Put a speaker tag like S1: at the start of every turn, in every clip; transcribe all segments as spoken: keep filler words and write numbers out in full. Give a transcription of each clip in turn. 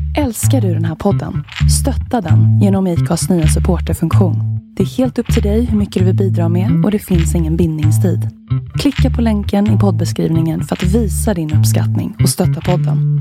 S1: Älskar du den här podden? Stötta den genom I C A:s nya supporterfunktion. Det är helt upp till dig hur mycket du vill bidra med och det finns ingen bindningstid. Klicka på länken i poddbeskrivningen för att visa din uppskattning och stötta podden.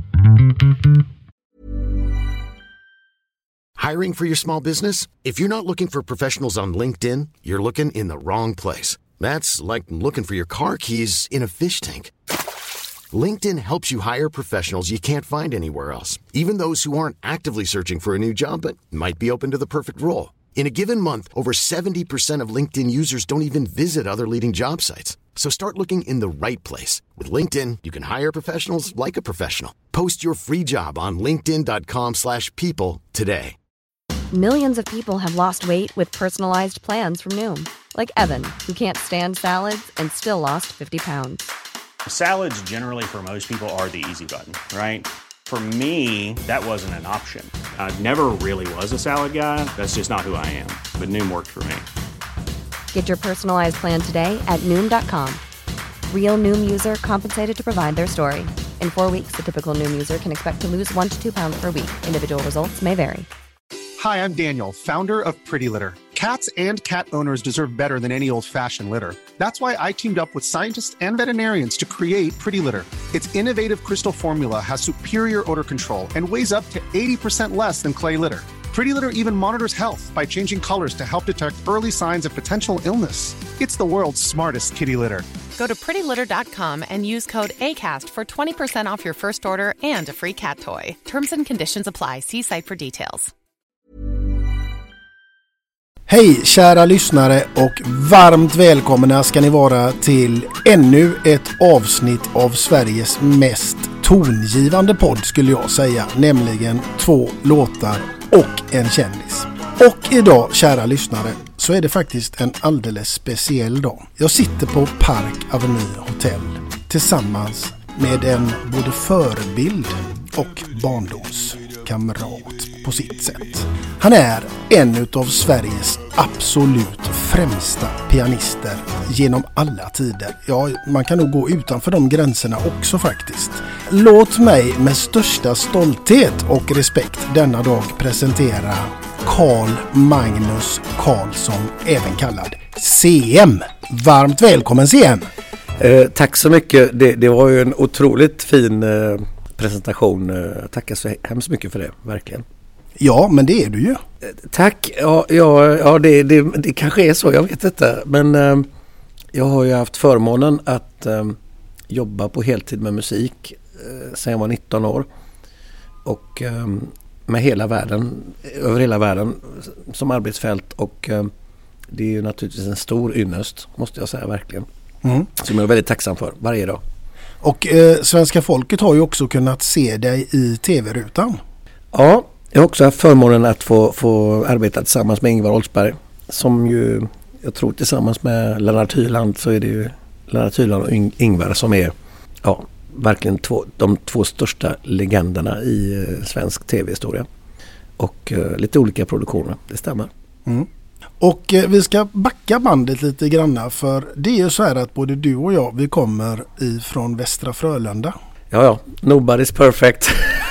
S2: Hiring for your small business? If you're not looking for professionals on LinkedIn, you're looking in the wrong place. That's like looking for your car keys in a fish tank. LinkedIn helps you hire professionals you can't find anywhere else, even those who aren't actively searching for a new job but might be open to the perfect role. In a given month, over seventy percent of LinkedIn users don't even visit other leading job sites. So start looking in the right place. With LinkedIn, you can hire professionals like a professional. Post your free job on linkedin dot com slash people today.
S3: Millions of people have lost weight with personalized plans from Noom. Like Evan, who can't stand salads and still lost fifty pounds.
S4: Salads generally for most people are the easy button, right? For me, that wasn't an option. I never really was a salad guy. That's just not who I am. But Noom worked for me.
S3: Get your personalized plan today at Noom dot com. Real Noom user compensated to provide their story. In four weeks, the typical Noom user can expect to lose one to two pounds per week. Individual results may vary.
S5: Hi, I'm Daniel, founder of Pretty Litter. Cats and cat owners deserve better than any old-fashioned litter. That's why I teamed up with scientists and veterinarians to create Pretty Litter. Its innovative crystal formula has superior odor control and weighs up to eighty percent less than clay litter. Pretty Litter even monitors health by changing colors to help detect early signs of potential illness. It's the world's smartest kitty litter.
S6: Go to pretty litter dot com and use code ACAST for twenty percent off your first order and a free cat toy. Terms and conditions apply. See site for details.
S7: Hej kära lyssnare och varmt välkomna ska ni vara till ännu ett avsnitt av Sveriges mest tongivande podd skulle jag säga, nämligen två låtar och en kändis. Och idag kära lyssnare så är det faktiskt en alldeles speciell dag. Jag sitter på Park Avenue Hotel tillsammans med en både förebild och barndomskamrat på sitt sätt. Han är en av Sveriges absolut främsta pianister genom alla tider. Ja, man kan nog gå utanför de gränserna också faktiskt. Låt mig med största stolthet och respekt denna dag presentera Carl Magnus Carlsson, även kallad C M. Varmt välkommen C M!
S8: Eh, tack så mycket. Det, det var ju en otroligt fin eh, presentation. Eh, tackar så hemskt mycket för det, verkligen.
S7: Ja, men det är du ju.
S8: Tack. Ja, ja, ja det, det, det kanske är så, jag vet inte. Men eh, jag har ju haft förmånen att eh, jobba på heltid med musik eh, sedan jag var nitton år. Och eh, med hela världen, över hela världen som arbetsfält. Och eh, det är ju naturligtvis en stor ynnest, måste jag säga verkligen. Mm. Som jag är väldigt tacksam för varje dag.
S7: Och eh, svenska folket har ju också kunnat se dig i tv-rutan.
S8: Ja, jag har också haft förmånen att få, få arbeta tillsammans med Ingvar Oldsberg. Som ju, jag tror tillsammans med Lennart Hyland så är det ju Lennart Hyland och Ingvar som är ja, verkligen två, de två största legenderna i eh, svensk tv-historia. Och eh, lite olika produktioner, det stämmer.
S7: Mm. Och eh, vi ska backa bandet lite granna, för det är ju så här att både du och jag, vi kommer ifrån Västra Frölunda.
S8: Ja, ja. Nobody's perfect.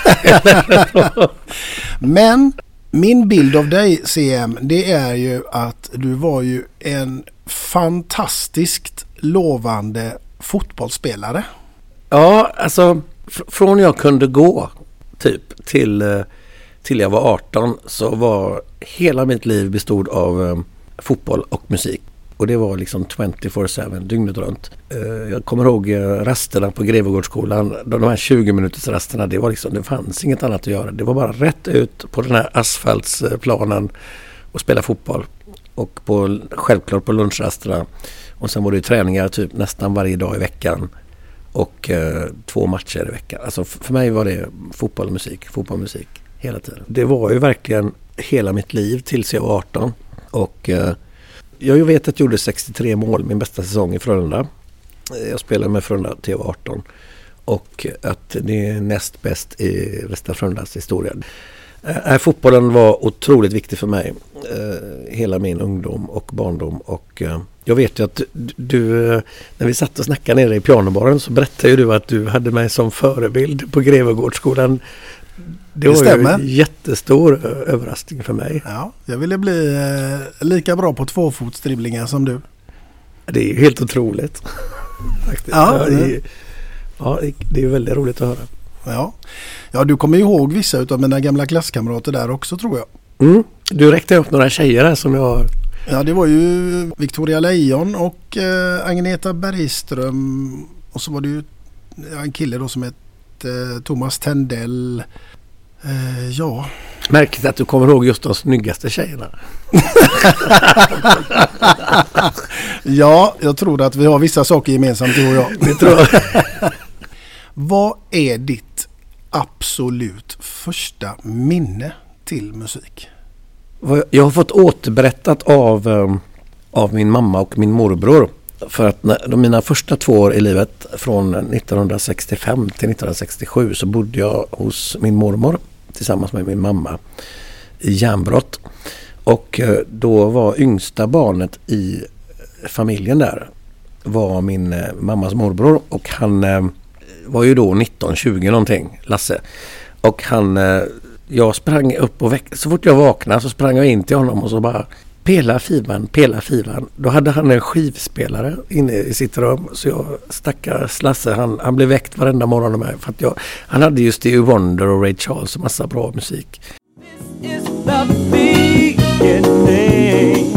S7: Men min bild av dig C M, det är ju att du var ju en fantastiskt lovande fotbollsspelare.
S8: Ja, alltså fr- från jag kunde gå typ till, till jag var arton så var hela mitt liv bestod av um, fotboll och musik. Och det var liksom tjugofyra sju dygnet runt. Uh, jag kommer ihåg uh, rasterna på Grevegårdsskolan. De här tjugo minuters rasterna, det var liksom, det fanns inget annat att göra. Det var bara rätt ut på den här asfaltsplanen och spela fotboll. Och på, självklart på lunchrasterna. Och sen var det ju träningar typ nästan varje dag i veckan. Och uh, två matcher i veckan. Alltså för, för mig var det fotboll och musik. Fotboll och musik hela tiden. Det var ju verkligen hela mitt liv tills jag var arton. Och... Uh, Jag vet att jag gjorde sextiotre mål min bästa säsong i Frölunda. Jag spelade med Frölunda till jag var arton. Och att det är näst bäst i Västra Frölundas historia. Äh, fotbollen var otroligt viktig för mig. Äh, hela min ungdom och barndom. Och äh, jag vet ju att du, när vi satt och snackade nere i pianobaren så berättade ju du att du hade mig som förebild på Grevegårdsskolan. Det, det var stämmer. En jättestor överraskning för mig.
S7: Ja, jag ville bli eh, lika bra på tvåfotsdribblingar som du.
S8: Det är ju helt otroligt. Faktiskt.
S7: Ja,
S8: ja, det, är, ja, det är väldigt roligt att höra.
S7: Ja, ja du kommer ihåg vissa av mina gamla klasskamrater där också, tror jag.
S8: Mm. Du räckte upp några tjejer här som jag...
S7: Ja, det var ju Victoria Lejon och eh, Agneta Bergström. Och så var det ju en kille då som hette eh, Thomas Tendell. Eh, ja.
S8: Märkligt att du kommer ihåg just de snyggaste tjejerna.
S7: Ja, jag tror att vi har vissa saker gemensamt, du och jag.
S8: Det tror jag.
S7: Vad är ditt absolut första minne till musik?
S8: Jag har fått återberättat av, av min mamma och min morbror. För att när, de mina första två år i livet från nittonhundrasextiofem till nittonhundrasextiosju så bodde jag hos min mormor tillsammans med min mamma i Järnbrott. Och då var yngsta barnet i familjen där var min mammas morbror, och han var ju då nitton tjugo någonting, Lasse. Och han, jag sprang upp och väck, så fort jag vaknade så sprang jag in till honom och så bara pela fivan, pela fivan. Då hade han en skivspelare inne i sitt rum, så jag stackars Lasse, han, han blev väckt varenda morgon med mig, för att jag, han hade just Stevie Wonder och Ray Charles och massa bra musik. This is the beginning.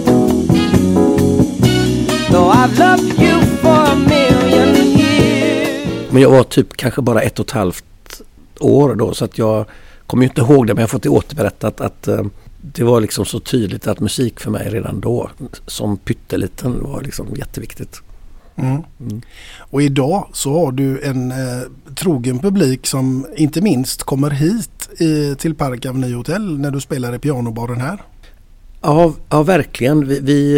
S8: No, I've loved you for a million years. Men jag var typ kanske bara ett och ett halvt år då, så att jag kommer ju inte ihåg det, men jag har fått det återberättat att uh, det var liksom så tydligt att musik för mig redan då som pytteliten var liksom jätteviktigt.
S7: Mm. Mm. Och idag så har du en eh, trogen publik som inte minst kommer hit i, till Park Avenue Hotel när du spelar i pianobaren här.
S8: Ja, ja verkligen. Vi, vi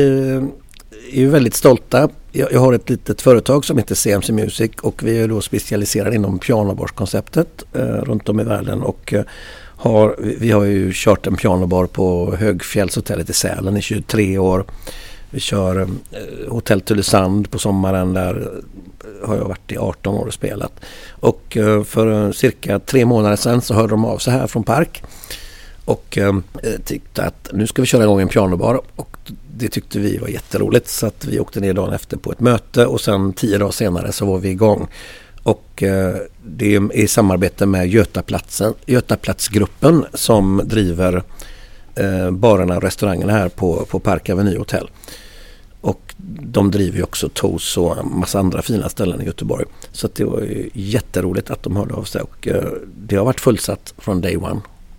S8: är ju väldigt stolta. Jag, jag har ett litet företag som heter C M C Music, och vi är då specialiserade inom pianobarskonceptet eh, runt om i världen, och eh, har, vi har ju kört en pianobar på Högfjällshotellet i Sälen i tjugotre år. Vi kör eh, Hotell Tylösand på sommaren, där har jag varit i arton år och spelat. Och eh, för cirka tre månader sedan så hörde de av sig här från Park och eh, tyckte att nu ska vi köra igång en pianobar, och det tyckte vi var jätteroligt, så att vi åkte ner dagen efter på ett möte, och sen tio dagar senare så var vi igång. Och eh, det är i samarbete med Götaplatsen, Götaplatsgruppen som driver eh, barerna och restaurangerna här på, på Park Avenue Hotel. Och de driver ju också Toast och en massa andra fina ställen i Göteborg. Så att det var ju jätteroligt att de hörde av sig, och eh, det har varit fullsatt från day one.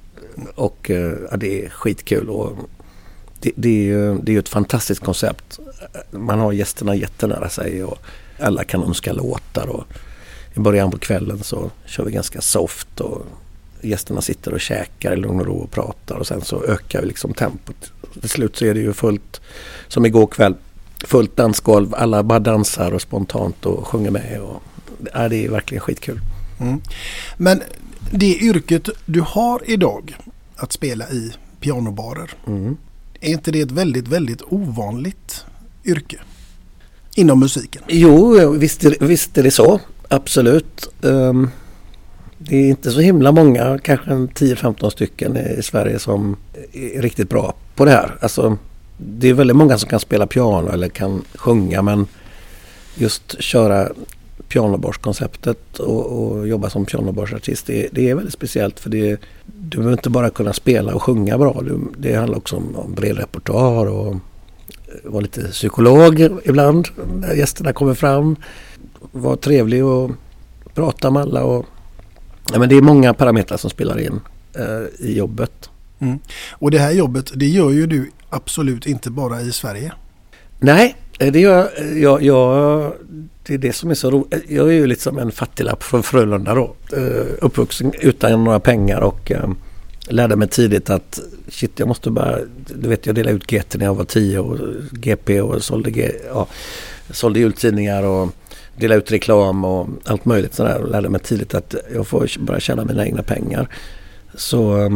S8: Och eh, ja, det är skitkul, och det, det är ju det är ett fantastiskt koncept. Man har gästerna jättenära sig, och alla kan önska låtar, och i början på kvällen så kör vi ganska soft, och gästerna sitter och käkar i lugn och ro och pratar, och sen så ökar vi liksom tempot. Till slut så är det ju fullt, som igår kväll, fullt dansgolv. Alla bara dansar och spontant och sjunger med, och ja, det är verkligen skitkul.
S7: Mm. Men det yrket du har idag, att spela i pianobarer, mm. är inte det ett väldigt, väldigt ovanligt yrke inom musiken?
S8: Jo, visst är, visst är det så. Absolut. Um, det är inte så himla många, kanske tio femton stycken i Sverige som är riktigt bra på det här. Alltså, det är väldigt många som kan spela piano eller kan sjunga, men just köra pianobarskonceptet och, och jobba som pianobarsartist, det, det är väldigt speciellt, för det, du behöver inte bara kunna spela och sjunga bra. Du, det handlar också om, om bred repertoar och vara lite psykolog ibland när gästerna kommer fram. Var trevlig och prata med alla, och ja, men det är många parametrar som spelar in eh, i jobbet.
S7: Mm. Och det här jobbet, det gör ju du absolut inte bara i Sverige.
S8: Nej, det gör jag, jag det är det som är så roligt. Jag är ju lite som en fattiglapp från Frölunda då, eh, uppvuxen utan några pengar, och eh, lärde mig tidigt att shit, jag måste bara, du vet, jag delade ut G T när jag var tio, och G P, och sålde, G, ja, sålde jultidningar och dela ut reklam och allt möjligt sådär, och lärde mig tidigt att jag får bara tjäna mina egna pengar. Så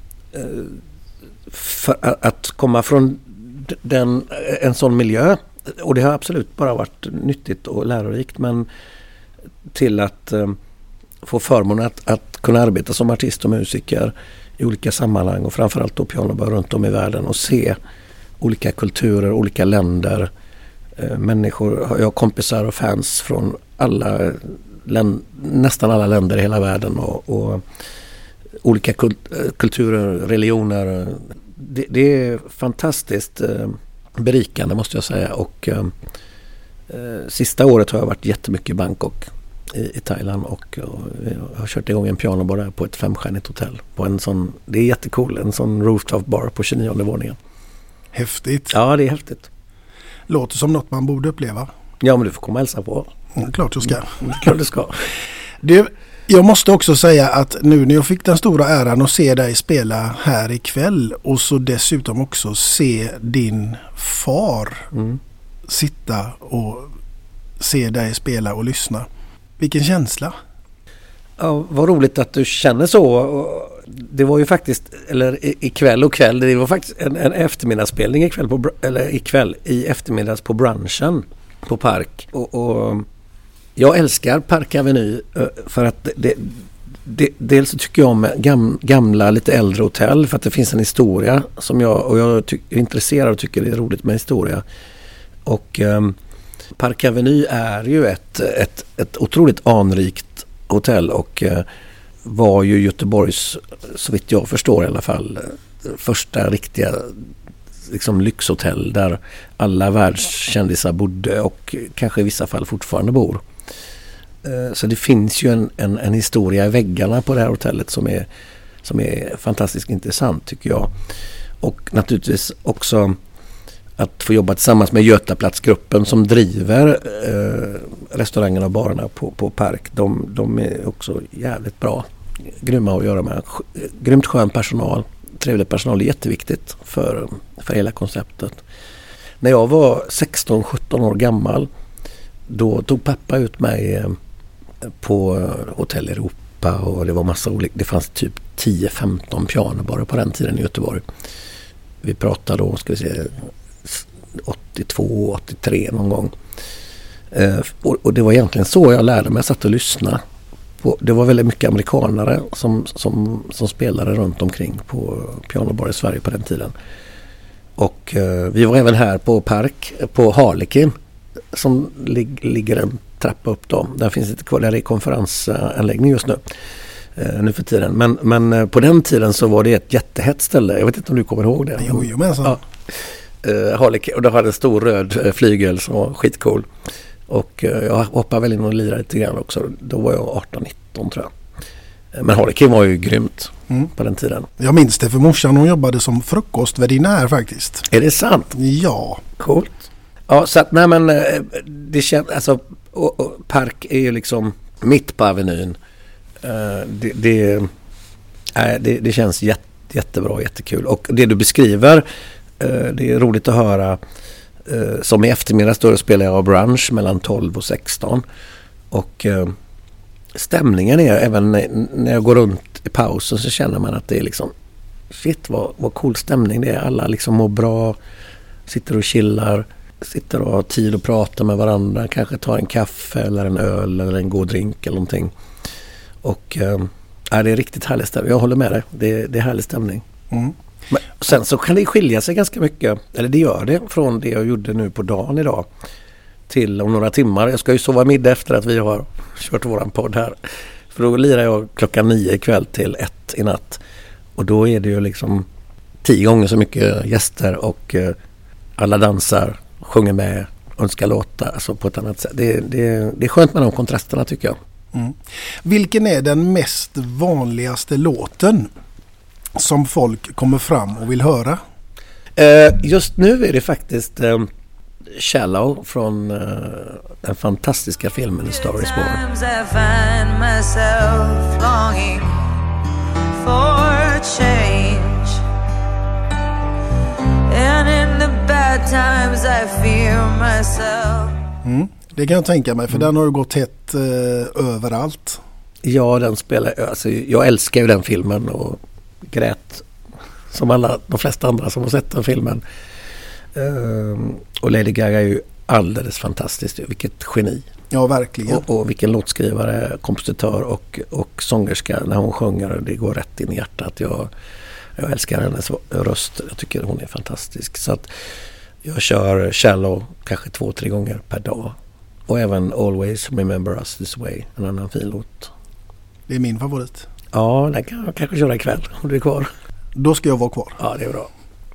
S8: för att komma från den, en sån miljö, och det har absolut bara varit nyttigt och lärorikt, men till att få förmånen att, att kunna arbeta som artist och musiker i olika sammanhang och framförallt då pianobar runt om i världen och se olika kulturer, olika länder, eh, människor. Jag har kompisar och fans från alla län, nästan alla länder i hela världen och, och olika kult, kulturer, religioner. Det, det är fantastiskt eh, berikande måste jag säga och eh, sista året har jag varit jättemycket i Bangkok i, i Thailand och, och jag har kört igång en pianobar där på ett femstjärnigt hotell. På en sån, det är jättecool, en sån rooftop bar på tjugonionde våningen.
S7: Häftigt.
S8: Ja, det är häftigt.
S7: Låter som något man borde uppleva.
S8: Ja, men du får komma och hälsa på.
S7: Mm, klart du ska.
S8: Mm, klart du ska.
S7: Du, jag måste också säga att nu när jag fick den stora äran att se dig spela här ikväll och så dessutom också se din far mm. sitta och se dig spela och lyssna. Vilken känsla?
S8: Ja, vad roligt att du känner så. Det var ju faktiskt, eller ikväll och kväll, det var faktiskt en, en eftermiddagsspelning ikväll, på, eller ikväll i eftermiddags på brunchen på Park. Och, och jag älskar Park Avenue för att det, det, dels så tycker jag om gam, gamla, lite äldre hotell för att det finns en historia som jag, och jag ty, är intresserad och tycker det är roligt med historia. Och um, Park Avenue är ju ett, ett, ett otroligt anrikt hotell och uh, var ju Göteborgs, så vitt jag förstår i alla fall, första riktiga liksom, lyxhotell där alla världskändisar bodde och kanske i vissa fall fortfarande bor. Uh, så det finns ju en, en, en historia i väggarna på det här hotellet som är, som är fantastiskt intressant tycker jag. Och naturligtvis också att få jobba tillsammans med Götaplatsgruppen som driver eh, restaurangerna och barerna på, på Park. De, de är också jävligt bra. Grymma att göra med. Grymt skön personal. Trevlig personal är jätteviktigt för, för hela konceptet. När jag var sexton sjutton år gammal då tog pappa ut mig eh, på Hotell Europa och det var massa olika. Det fanns typ tio femton pianobarer på den tiden i Göteborg. Vi pratade då, ska vi se, åttiotvå åttiotre någon gång. Eh, och, och det var egentligen så jag lärde mig. Jag satt och lyssnade. På, det var väldigt mycket amerikanare som, som, som spelade runt omkring på pianobar i Sverige på den tiden. Och eh, vi var även här på Park, på Harlekin som lig, ligger en trappa upp då. Där finns ett kvar, där är konferensanläggning just nu. Eh, nu för tiden. Men, men på den tiden så var det ett jättehett ställe. Jag vet inte om du kommer ihåg det.
S7: Jo, jo men så.
S8: Ja. Uh, Harlekin, och då hade en stor röd uh, flygel som var skitcool. Och uh, jag hoppade väl in och lirade lite grann också. Då var jag arton nitton tror jag. Uh, men Harlekin var ju grymt mm. på den tiden.
S7: Jag minns det för morsan, hon jobbade som frukostvärdinna här faktiskt.
S8: Är det sant?
S7: Ja.
S8: Coolt. Ja, så att nej men uh, det känns, alltså och, och Park är ju liksom mitt på Avenyn. Uh, det, det, uh, det, det känns jätte, jättebra, jättekul. Och det du beskriver, det är roligt att höra. Som i eftermiddags då spelar jag brunch mellan tolv och sexton. Och stämningen är, även när jag går runt i pausen så känner man att det är liksom shit vad, vad cool stämning det är. Alla liksom mår bra, sitter och chillar, sitter och har tid att prata med varandra. Kanske tar en kaffe eller en öl eller en god drink eller någonting. Och äh, det är riktigt härlig stämning. Jag håller med dig. Det, det är härlig stämning. Mm. Men sen så kan det skilja sig ganska mycket, eller det gör det, från det jag gjorde nu på dagen idag till om några timmar. Jag ska ju sova middag efter att vi har kört våran podd här. För då lirar jag klockan nio ikväll till ett i natt. Och då är det ju liksom tio gånger så mycket gäster och eh, alla dansar, sjunger med, önskar låtar alltså på ett annat sätt. Det, det, det är skönt med de kontrasterna tycker jag.
S7: Mm. Vilken är den mest vanligaste låten som folk kommer fram och vill höra?
S8: Uh, just nu är det faktiskt um, Shallow från uh, den fantastiska filmen Star is Born.
S7: Mm, det kan jag tänka mig, för mm. den har ju gått hett uh, överallt.
S8: Ja, den spelar, alltså, jag älskar ju den filmen och grät som alla, de flesta andra som har sett den filmen. Uh, och Lady Gaga är ju alldeles fantastisk. Vilket geni.
S7: Ja, verkligen.
S8: Och, och vilken låtskrivare, kompositör och, och sångerska när hon sjunger. Det går rätt in i hjärtat. Jag, jag älskar hennes röst. Jag tycker hon är fantastisk. Så att jag kör Shallow kanske två, tre gånger per dag. Och även Always Remember Us This Way. En annan fin låt.
S7: Det är min favorit.
S8: Ja, den kan jag kanske köra ikväll om du är kvar.
S7: Då ska jag vara kvar.
S8: Ja, det är bra.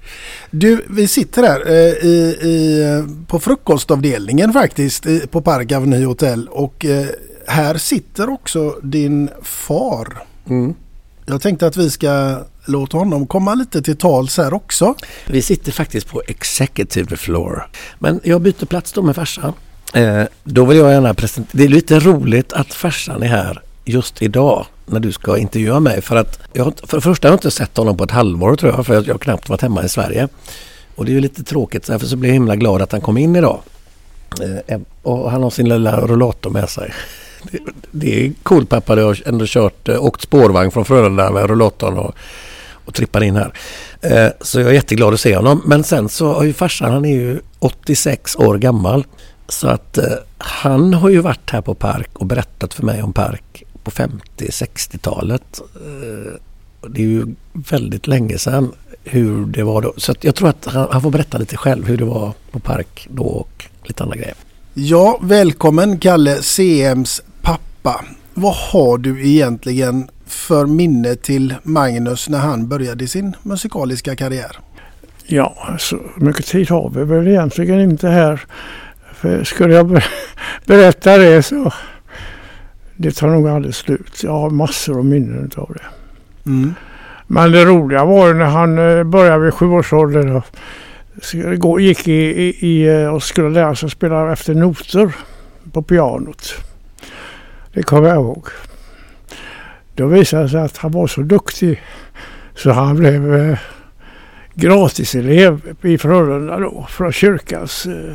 S7: Du, vi sitter här eh, i, i, på frukostavdelningen faktiskt i, på Park Avenue Hotel och eh, här sitter också din far.
S8: Mm.
S7: Jag tänkte att vi ska låta honom komma lite till tals här också.
S8: Vi sitter faktiskt på executive floor. Men jag byter plats då med farsan. Eh, då vill jag gärna presentera. Det är lite roligt att farsan är här just idag när du ska intervjua mig. För att jag, för det första har jag inte sett honom på ett halvår tror jag. För att jag knappt varit hemma i Sverige. Och det är ju lite tråkigt. Därför så blir jag himla glad att han kom in idag. Eh, och han har sin lilla rullator med sig. Det, det är coolt pappa. Du har ändå kört, åkt spårvagn från Frölunda med rullatorn och och trippar in här. Eh, så jag är jätteglad att se honom. Men sen så har ju farsan, han är ju åttiosex år gammal. Så att eh, han har ju varit här på Park och berättat för mig om Park på femtio-sextiotalet. Eh, det är ju väldigt länge sedan hur det var då. Så att jag tror att han, han får berätta lite själv hur det var på Park då och lite andra grejer.
S7: Ja, välkommen Kalle, C M:s pappa. Vad har du egentligen för minne till Magnus när han började sin musikaliska karriär?
S9: Ja, så mycket tid har vi väl egentligen inte här. För skulle jag ber- berätta det så det tar nog aldrig slut. Jag har massor av minnen av det.
S7: Mm.
S9: Men det roliga var ju när han började vid sjuårsåldern och gick i, i, i och skulle lära sig spela efter noter på pianot. Det kommer jag ihåg. Då visade det sig att han var så duktig så han blev eh, gratiselev i Frölunda då från kyrkans eh,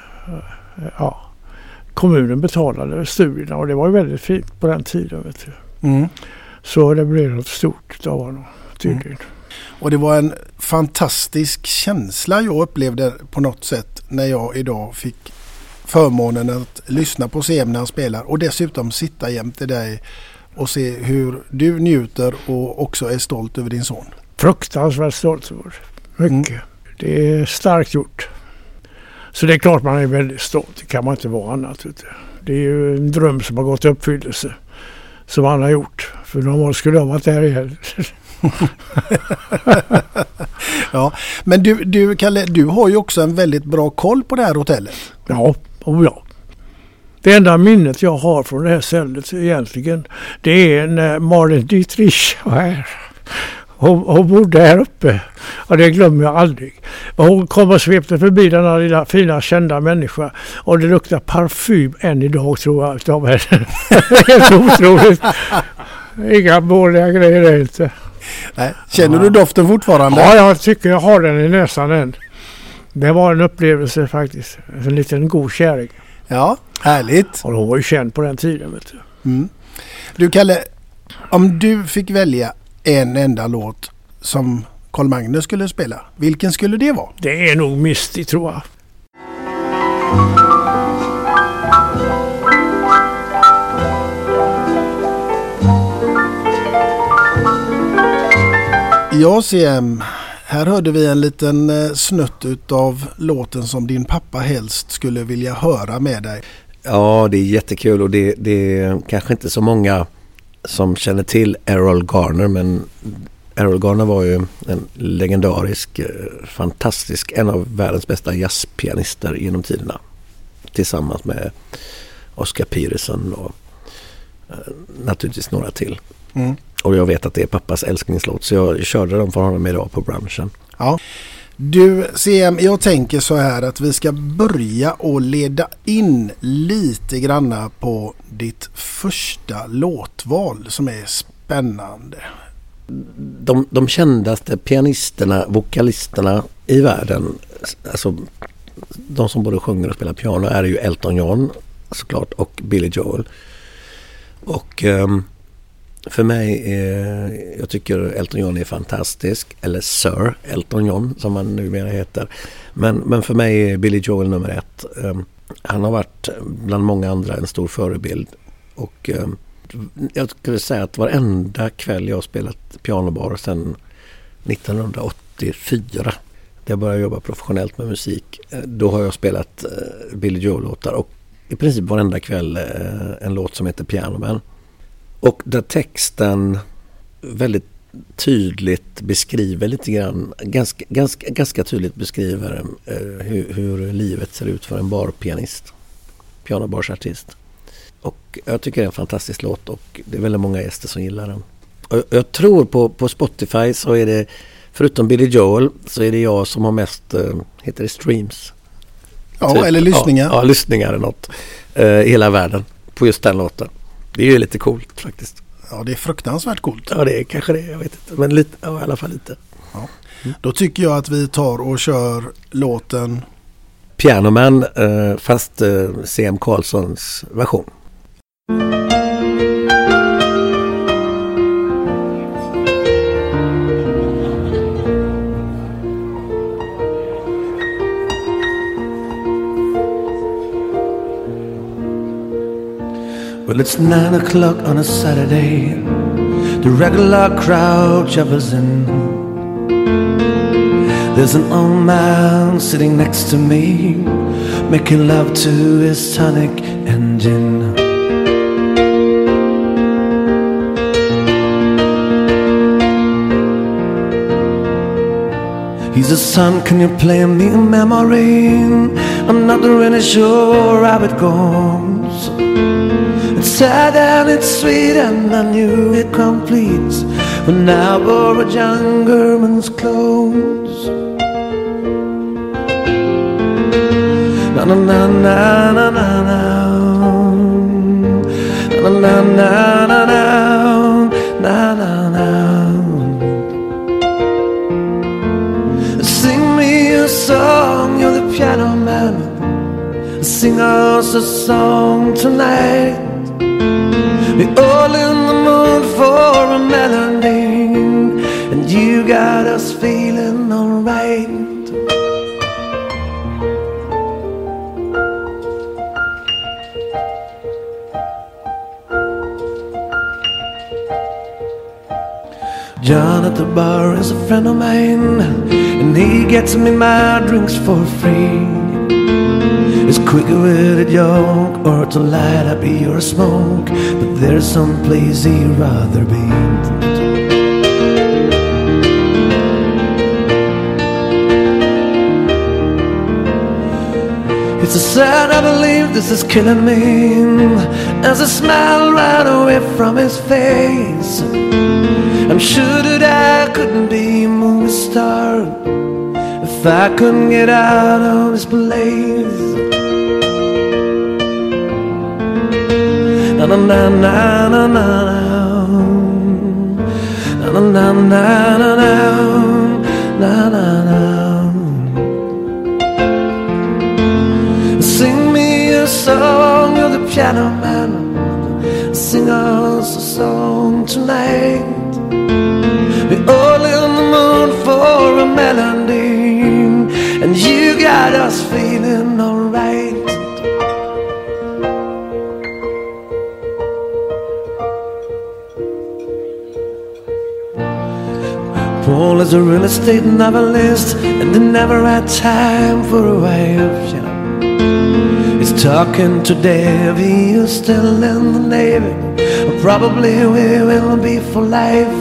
S9: ja, kommunen betalade studierna och det var ju väldigt fint på den tiden vet du.
S7: Mm.
S9: Så det blev något stort av honom tydligen. Mm.
S7: Och det var en fantastisk känsla jag upplevde på något sätt när jag idag fick förmånen att lyssna på C M när han spelar och dessutom sitta jämte dig och se hur du njuter och också är stolt över din son.
S9: Fruktansvärt stolt över mycket. Mm. Det är starkt gjort. Så det är klart man är väldigt stolt. Det kan man inte vara annat. Det är ju en dröm som har gått i uppfyllelse som han har gjort. För normalt skulle jag varit där igen.
S7: Ja, men du, du, Kalle, du har ju också en väldigt bra koll på det här hotellet.
S9: Ja, och ja. Det enda minnet jag har från det här stället egentligen, det är när Marlene Dietrich var här. Hon, hon bodde här uppe och det glömmer jag aldrig. Och hon kom och svepte förbi den här lilla fina kända människa och det luktar parfym än idag tror jag utav henne. Helt otroligt. Inga dåliga grejer inte.
S7: Nej. Känner du doften fortfarande?
S9: Ja, jag tycker jag har den i näsan än. Det var en upplevelse faktiskt. En liten god kärring.
S7: Ja, härligt.
S9: Och hon var ju känd på den tiden, vet du.
S7: Mm. Du Kalle, om du fick välja en enda låt som Carl Magnus skulle spela, vilken skulle det vara?
S9: Det är nog Misty tror jag.
S7: Ja, C M. Här hörde vi en liten snutt utav låten som din pappa helst skulle vilja höra med dig.
S8: Ja, det är jättekul och det, det är kanske inte så många som känner till Errol Garner, men Errol Garner var ju en legendarisk, fantastisk, en av världens bästa jazzpianister genom tiderna. Tillsammans med Oscar Peterson och naturligtvis några till. Mm. Och jag vet att det är pappas älsklingslåt så jag körde dem för honom idag på brunchen.
S7: Ja. Du C M, jag tänker så här att vi ska börja och leda in lite granna på ditt första låtval som är spännande.
S8: De, de kändaste pianisterna, vokalisterna i världen, alltså de som både sjunger och spelar piano är ju Elton John såklart och Billy Joel. Och um, för mig, är, jag tycker Elton John är fantastisk. Eller Sir Elton John som han numera heter. Men, men för mig är Billy Joel nummer ett. Um, Han har varit bland många andra en stor förebild. Och eh, jag skulle säga att varenda kväll jag har spelat pianobar sedan nittonhundraåttiofyra. Där jag började jobba professionellt med musik. Då har jag spelat eh, Billy Joel-låtar och i princip varenda kväll eh, en låt som heter Piano Man. Och där texten väldigt tydligt beskriver lite grann, ganska, ganska, ganska tydligt beskriver eh, hur, hur livet ser ut för en barpianist, pianobarsartist. Och jag tycker det är en fantastisk låt och det är väldigt många gäster som gillar den. Och jag tror på, på Spotify så är det, förutom Billy Joel, så är det jag som har mest, eh, heter det streams?
S7: Ja,
S8: typ,
S7: eller lyssningar.
S8: Ja, ja lyssningar eller något. Eh, i hela världen på just den låten. Det är ju lite coolt faktiskt.
S7: Ja, det är fruktansvärt coolt.
S8: Ja, det är kanske det, jag vet inte. Men lite, ja, i alla fall lite.
S7: Ja. Mm. Då tycker jag att vi tar och kör låten
S8: Piano Man, eh, fast eh, C M Karlssons version.
S10: Well, it's nine o'clock on a Saturday. The regular crowd shuffles in. There's an old man sitting next to me, making love to his tonic and gin. He says, son, can you play me a memory? I'm not really sure how it goes. It's sad and it's sweet and I knew it complete when I wore a younger man's clothes. Na na na na na na na na na na na na na na. Sing me a song, you're the piano man. Sing us a song tonight. We're all in the mood for a melody, and you got us feeling alright. John at the bar is a friend of mine, and he gets me my drinks for free. It's quicker with a joke or to light up your smoke, but there's some place he'd rather be. It's a sad I believe this is killing me, as a smile ran away from his face. I'm sure that I couldn't be a movie star if I couldn't get out of this place. Na na na na na na na na na na na na na. Sing me a song, you're the piano man. Sing us a song tonight. We're all in the mood for a melody, and you got us feeling alright. Paul is a real estate novelist, and they never had time for a wife, you know. He's talking to Davy, who's still in the Navy. Probably we will be for life.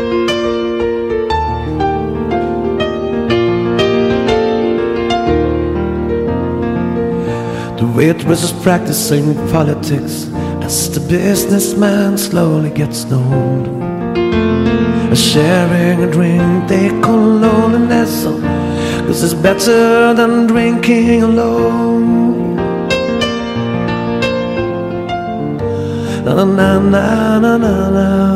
S10: The waitress is practicing politics as the businessman slowly gets stoned. Sharing a drink they call loneliness, cause it's better than drinking alone. Na na na na na na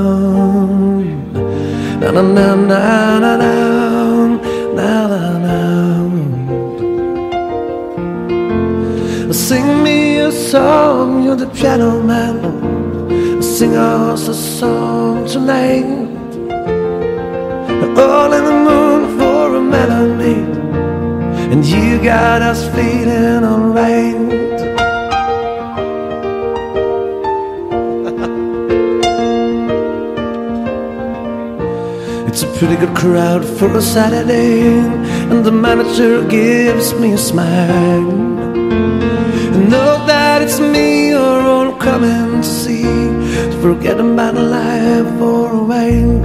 S10: na na na na na na na na. Sing me a song, you're the piano man. Sing us a song tonight. We're all in the mood for a melody, and you got us feeling alright. It's a pretty good crowd for a Saturday, and the manager gives me a smile. And know that it's me you're all coming to see, to forget about life for a while.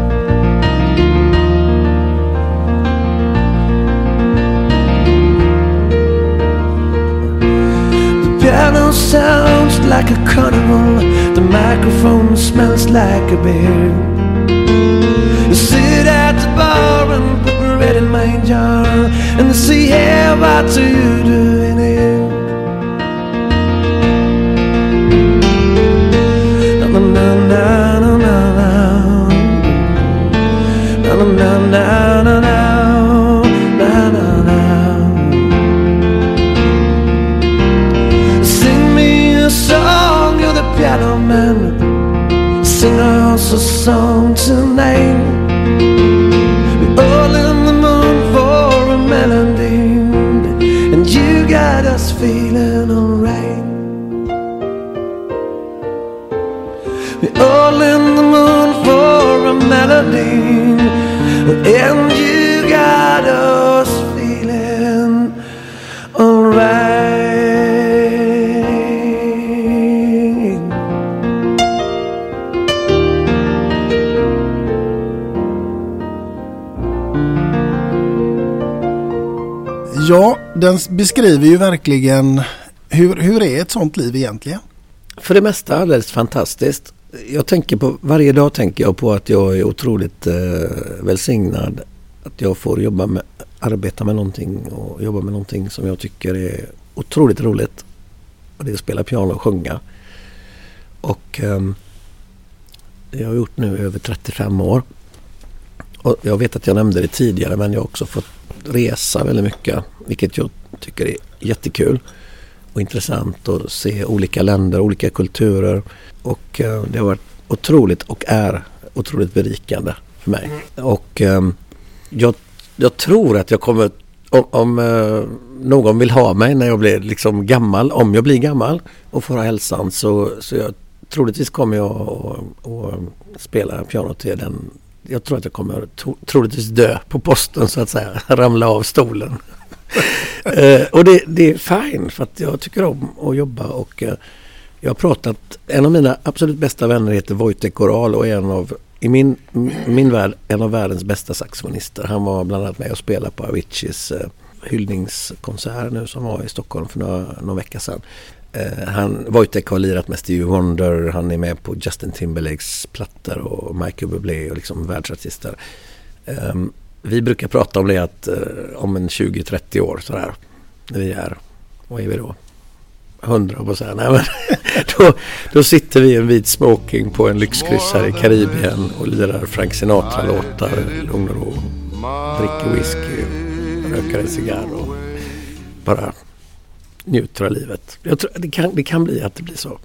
S10: The piano sounds like a carnival, the microphone smells like a beer. You sit at the bar and put bread in my jar, and they say, hey, what are you doing here? Na na na na na na na na na na na na na. Sing me a song, you're the piano man. Sing us a song tonight. All in the moon for a melody, and you got us feeling alright. We're all in the moon for a melody, and you got us feeling alright.
S7: Ja, den beskriver ju verkligen hur, hur är ett sånt liv egentligen?
S8: För det mesta alldeles fantastiskt. Jag tänker på, varje dag tänker jag på att jag är otroligt eh, välsignad. Att jag får jobba med, arbeta med någonting och jobba med någonting som jag tycker är otroligt roligt. Och det är att spela piano och sjunga. Och eh, det har jag gjort nu över trettiofem år. Och jag vet att jag nämnde det tidigare, men jag har också fått resa väldigt mycket, vilket jag tycker är jättekul och intressant att se olika länder, olika kulturer, och eh, det har varit otroligt och är otroligt berikande för mig. Och eh, jag, jag tror att jag kommer, om, om eh, någon vill ha mig när jag blir liksom gammal, om jag blir gammal och får ha hälsan, så, så jag troligtvis kommer jag att, att spela piano till den. Jag tror att jag kommer to- troligtvis dö på posten, så att säga, ramla av stolen. eh, och det, det är fine, för att jag tycker om att jobba, och eh, jag har pratat, en av mina absolut bästa vänner heter Wojtek Koral och är en av, i min, min värld, en av världens bästa saxofonister. Han var bland annat med och spelade på Aviciis eh, hyllningskonsert nu som var i Stockholm för några, några veckor sedan. Uh, han, Wojtek har lirat med Stevie Wonder, han är med på Justin Timberlakes plattor och Michael Bublé och liksom världsartister. Um, vi brukar prata om det att uh, om en tjugo trettio år sådär, när vi är, vad är vi då? hundra på säga. Nej, men då, då sitter vi i en vit smoking på en lyxkryss här i Karibien och lirar Frank Sinatra-låtar, lugn och ro, dricker whisky, röker en cigarr och bara njuter av livet. Jag tror det kan, det kan bli att det blir så.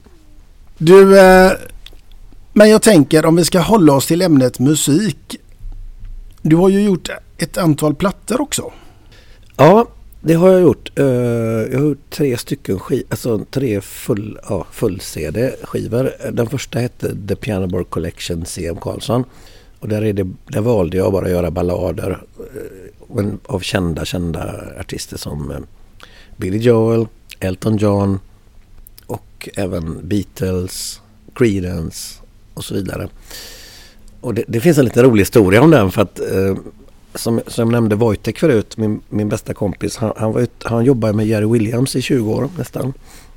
S7: Du, eh, men jag tänker om vi ska hålla oss till ämnet musik. Du har ju gjort ett antal plattor också.
S8: Ja, det har jag gjort. Uh, jag har gjort tre stycken skiv, alltså tre full, ja, full C D-skivor. Den första hette The Pianobar Collection C M Karlsson. Och där, är det, där valde jag bara att göra ballader uh, av kända, kända artister som uh, Billy Joel, Elton John och även Beatles, Creedence och så vidare. Och det, det finns en lite rolig historia om den, för att uh, som, som jag nämnde Wojtek förut, min, min bästa kompis, han, han, var ut, han jobbade med Jerry Williams i tjugo år nästan.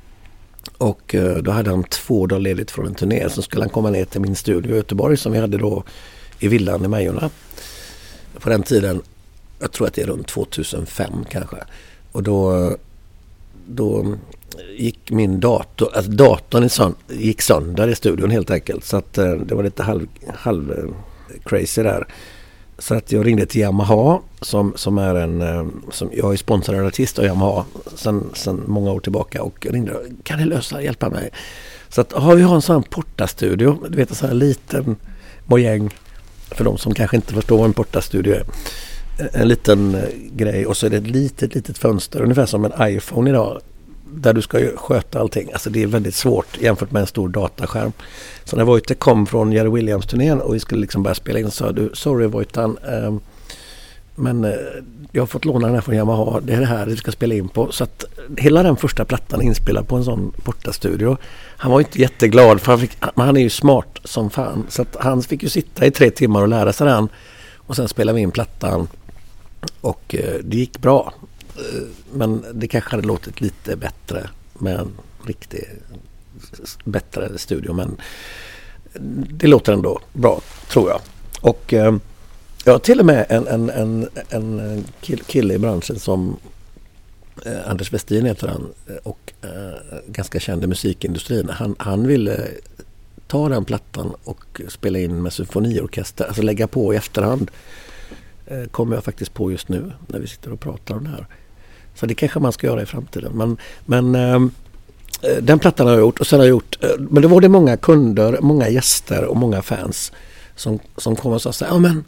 S8: Och eh, då hade han två dagar ledigt från en turné, så skulle han komma ner till min studio i Göteborg som vi hade då i villan i Majorna. På den tiden, jag tror att det är runt tvåtusenfem kanske. Och då, då gick min dator, alltså datorn sån, gick sönder i studion helt enkelt. Så att eh, det var lite halv, halv eh, crazy där. Så att jag ringde till Yamaha som, som är en, som jag är sponsrad artist av Yamaha sedan, sedan många år tillbaka, och ringde, kan ni lösa, hjälpa mig? Så att har vi har en sån portastudio, du vet en sån här liten mojäng för de som kanske inte förstår vad en portastudio är. en liten grej och så är det ett litet, litet fönster, ungefär som en iPhone idag, där du ska ju sköta allting. Alltså det är väldigt svårt jämfört med en stor dataskärm. Så när Wojtek kom från Jerry Williams-turnén och vi skulle liksom börja spela in, så sa du, sorry Wojtan, eh, men eh, jag har fått låna den här från Yamaha, det är det här du ska spela in på. Så att hela den första plattan inspelad på en sån bortastudio. Han var inte jätteglad, för han, fick, han är ju smart som fan. Så att han fick ju sitta i tre timmar och lära sig den. Och sen spelade vi in plattan och eh, det gick bra. Eh, men det kanske hade låtit lite bättre med en riktig bättre studio. Men det låter ändå bra, tror jag. Och eh, jag har till och med en, en, en, en kille i branschen som eh, Anders Westin heter han, och eh, ganska känd i musikindustrin. Han, han ville ta den plattan och spela in med symfoniorkester, alltså lägga på i efterhand. Eh, kommer jag faktiskt på just nu när vi sitter och pratar om det här. Så det kanske man ska göra i framtiden. Men, men eh, den plattan har jag gjort, och sen har jag gjort, eh, men det var det många kunder, många gäster och många fans som, som kom och sa så här, ja men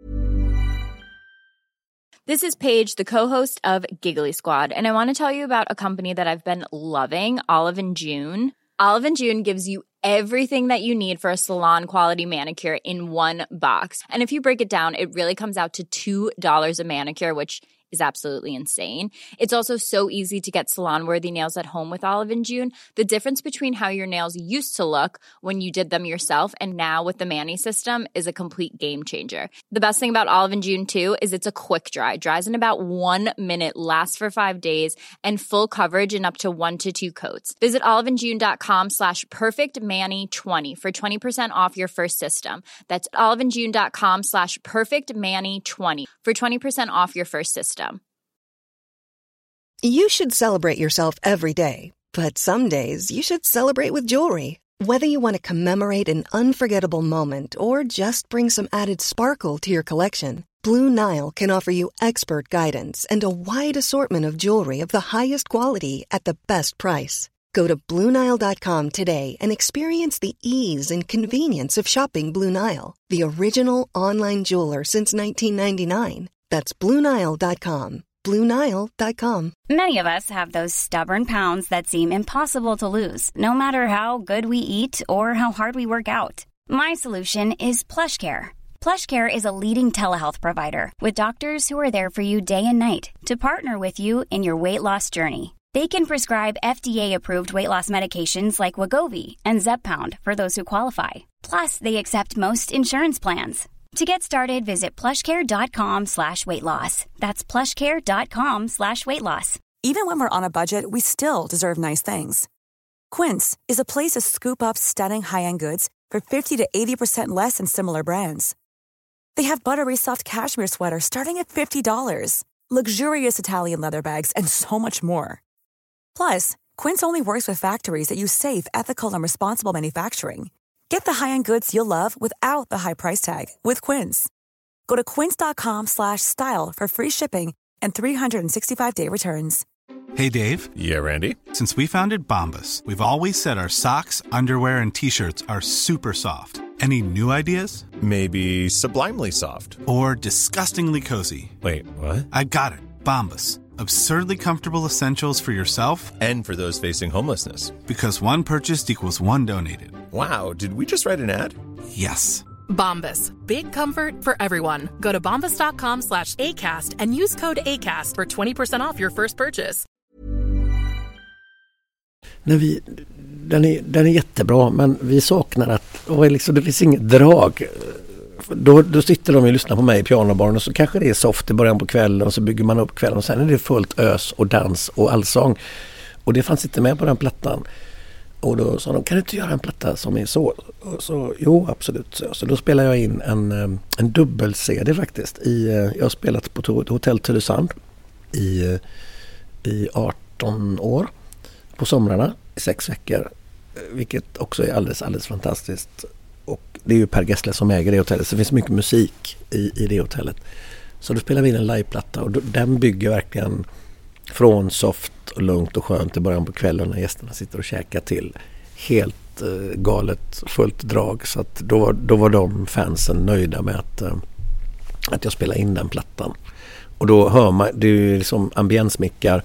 S11: This is Paige, the co-host of Giggly Squad, and I want to tell you about a company that I've been loving, Olive and June. Olive and June gives you everything that you need for a salon-quality manicure in one box. And if you break it down, it really comes out to two dollars a manicure, which is absolutely insane. It's also so easy to get salon-worthy nails at home with Olive and June. The difference between how your nails used to look when you did them yourself and now with the Mani system is a complete game changer. The best thing about Olive and June too is it's a quick dry. Dries in about one minute, lasts for five days, and full coverage in up to one to two coats. Visit oliveandjune.com slash perfectmani20 for twenty percent off your first system. That's oliveandjune.com slash perfectmani20 for twenty percent off your first system.
S12: You should celebrate yourself every day, but some days you should celebrate with jewelry. Whether you want to commemorate an unforgettable moment or just bring some added sparkle to your collection, Blue Nile can offer you expert guidance and a wide assortment of jewelry of the highest quality at the best price. Go to blue nile dot com today and experience the ease and convenience of shopping Blue Nile, the original online jeweler since nineteen ninety-nine. That's blue nile dot com. blue nile dot com.
S13: Many of us have those stubborn pounds that seem impossible to lose, no matter how good we eat or how hard we work out. My solution is PlushCare. PlushCare is a leading telehealth provider with doctors who are there for you day and night to partner with you in your weight loss journey. They can prescribe F D A-approved weight loss medications like Wegovy and Zepbound for those who qualify. Plus, they accept most insurance plans. To get started, visit plushcare.com slash weight loss. That's plushcare.com slash weight loss.
S14: Even when we're on a budget, we still deserve nice things. Quince is a place to scoop up stunning high-end goods for fifty to eighty percent less than similar brands. They have buttery soft cashmere sweaters starting at fifty dollars, luxurious Italian leather bags, and so much more. Plus, Quince only works with factories that use safe, ethical, and responsible manufacturing. Get the high-end goods you'll love without the high price tag with Quince. Go to quince.com slash style for free shipping and three sixty-five day returns.
S15: Hey, Dave.
S16: Yeah, Randy.
S15: Since we founded Bombas, we've always said our socks, underwear, and T-shirts are super soft. Any new ideas?
S16: Maybe sublimely soft.
S15: Or disgustingly cozy.
S16: Wait, what?
S15: I got it. Bombas. Absurdly comfortable essentials for yourself
S16: and for those facing homelessness.
S15: Because one purchased equals one donated.
S16: Wow, did we just write an ad?
S15: Yes.
S6: Bombas. Big comfort for everyone. Go to bombas.com slash ACAST and use code ACAST for twenty percent off your first purchase.
S8: När vi, den, är, den är jättebra, men vi saknar att och liksom, det finns inget drag. Då, då sitter de och lyssnar på mig i pianobaren och så kanske det är soft i början på kvällen och så bygger man upp kvällen och sen är det fullt ös och dans och allsång. Och det fanns inte med på den plattan. Och då sa de, kan du inte göra en platta som är så? Och så, jo, absolut. Så, så då spelar jag in en, en dubbel-C D faktiskt. I, jag har spelat på Hotell Tylösand i, i arton år på somrarna i sex veckor. Vilket också är alldeles, alldeles fantastiskt. Och det är ju Per Gessle som äger det hotellet. Så det finns mycket musik i, i det hotellet. Så då spelar vi in en liveplatta och då, den bygger verkligen från soft och lugnt och skönt i början på kvällen när gästerna sitter och käkar till helt eh, galet fullt drag. Så att då, då var de fansen nöjda med att, eh, att jag spelar in den plattan. Och då hör man, det är ju liksom ambiensmickar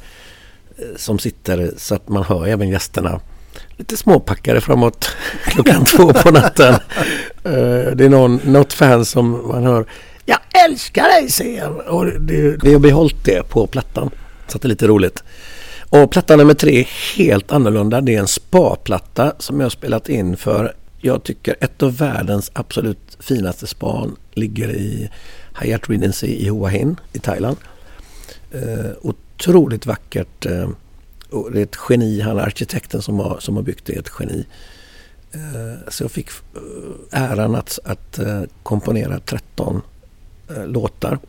S8: som sitter så att man hör även gästerna lite småpackade framåt klockan två på natten. Det är någon, något fan som man hör, jag älskar dig, säger han. Och det, det har behållit det på plattan. Så det är lite roligt. Och platta nummer tre är helt annorlunda. Det är en spa-platta som jag har spelat in för, jag tycker ett av världens absolut finaste span ligger i Hyatt Regency i Hua Hin i Thailand. Eh, otroligt vackert. Eh, och det är ett geni, han är arkitekten som har, som har byggt det, är ett geni. Eh, så jag fick äran att, att eh, komponera tretton eh, låtar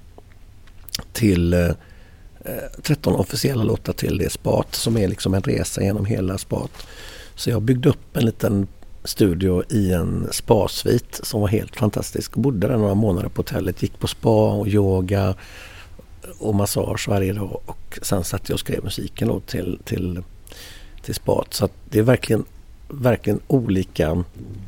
S8: till eh, tretton officiella låtar till det spat som är liksom en resa genom hela spat. Så jag byggde upp en liten studio i en spa-svit som var helt fantastisk. Jag bodde där några månader på hotellet, gick på spa och yoga och massage varje dag och sen satt jag och skrev musiken då till, till, till spat. Så att det är verkligen, verkligen olika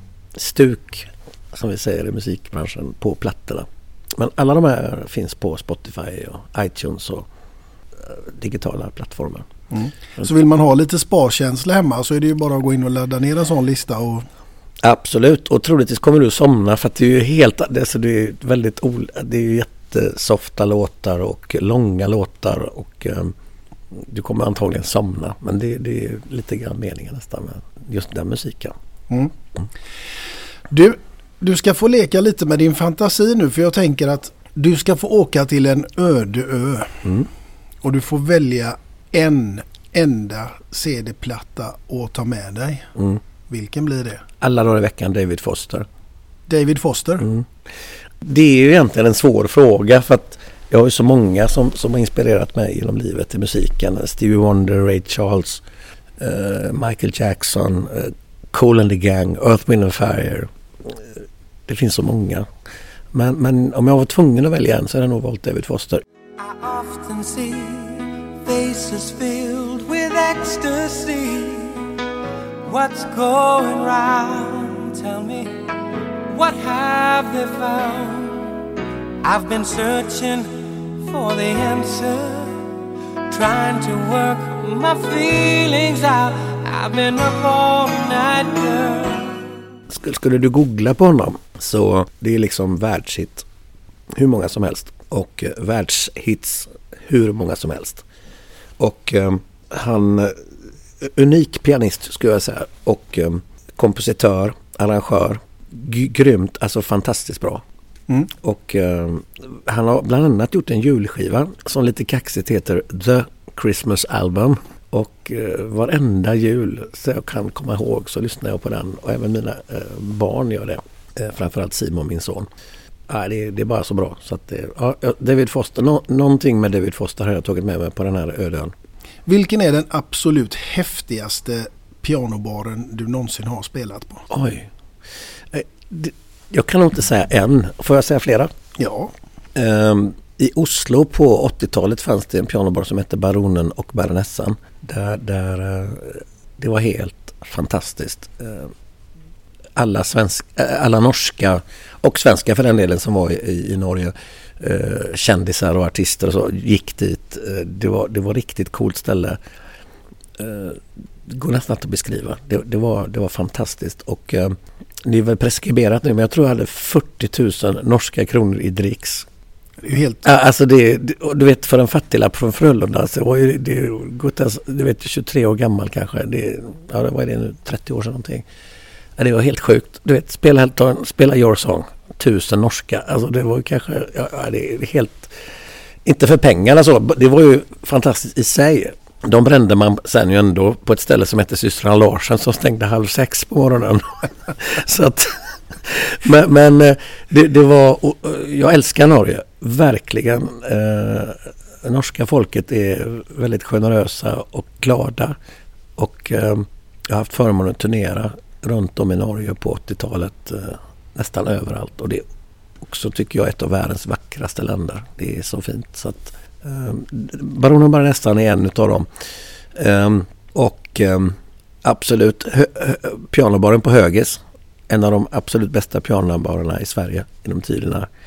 S8: stuk som vi säger i musikbranschen på plattorna. Men alla de här finns på Spotify och iTunes och digitala plattformar.
S7: Mm. Så vill man ha lite sparkänsla hemma så är det ju bara att gå in och ladda ner en sån lista. Och...
S8: Absolut, och troligtvis kommer du somna för att det är ju helt, alltså det är väldigt det är ju jättesofta låtar och långa låtar och um, du kommer antagligen somna, men det, det är lite grann meningen nästan med just den musiken.
S7: Mm. Mm. Du, du ska få leka lite med din fantasi nu, för jag tänker att du ska få åka till en öde ö. Mm. Och du får välja en enda C D-platta att ta med dig. Mm. Vilken blir det?
S8: Alla dagar i veckan David Foster.
S7: David Foster?
S8: Mm. Det är ju egentligen en svår fråga för att jag har ju så många som, som har inspirerat mig genom livet i musiken. Stevie Wonder, Ray Charles, uh, Michael Jackson, uh, Kool and the Gang, Earth, Wind and Fire. Uh, det finns så många. Men, men om jag var tvungen att välja en så hade jag nog valt David Foster.
S10: I often see faces filled with ecstasy. What's going round? Tell me, what have they found? I've been searching for the answer, trying to work my feelings out. I've been up all night, girl.
S8: Skulle du googla på honom så det är liksom världshit hur många som helst. Och eh, världshits hur många som helst. Och eh, han unik pianist skulle jag säga och eh, kompositör, arrangör, g- grymt, alltså fantastiskt bra. Mm. Och eh, han har bland annat gjort en julskiva som lite kaxigt heter The Christmas Album. Och eh, varenda jul så jag kan komma ihåg så lyssnar jag på den och även mina eh, barn gör det. Eh, framförallt Simon, min son. Ja, det, det är bara så bra. Så att det, ja, David Foster, no, någonting med David Foster har jag tagit med mig på den här öden.
S7: Vilken är den absolut häftigaste pianobaren du någonsin har spelat på?
S8: Oj. Det, jag kan nog inte säga en. Får jag säga flera?
S7: Ja.
S8: Um, I Oslo på åttiotalet fanns det en pianobar som hette Baronen och Baronessan. Där, där uh, det var helt fantastiskt. Uh, alla, svensk, uh, alla norska och svenska för den delen som var i, i Norge, uh, kändisar och artister och så gick dit. Uh, det, var, det var riktigt coolt ställe. Uh, det går nästan att beskriva. Det, det, var, det var fantastiskt och uh, det är väl preskriberat nu, men jag tror jag hade fyrtio tusen norska kronor i dricks.
S7: Det är ju helt...
S8: Alltså det, du vet, för en fattiglapp från Frölunda, alltså, det var ju, det, du vet, tjugotre år gammal kanske, det, ja, vad är det nu, trettio år sedan någonting. Ja, det var helt sjukt. Du vet, spela, spela Your Song, tusen norska, alltså det var ju kanske, ja, det är helt, inte för pengarna så, det var ju fantastiskt i sig. De brände man sen ju ändå på ett ställe som heter Systrarna Larsen som stängde halv sex på morgonen. Så att, men men det, det var, jag älskar Norge, verkligen. Eh, norska folket är väldigt generösa och glada. Och eh, jag har haft förmånen att turnera runt om i Norge på åttiotalet, eh, nästan överallt. Och det är också, tycker jag, ett av världens vackraste länder. Det är så fint så att Um, Baronen Baronessan är en utav dem. Um, och um, absolut hö- hö- pianobaren på Högis, en av de absolut bästa pianobarerna i Sverige genom tiderna.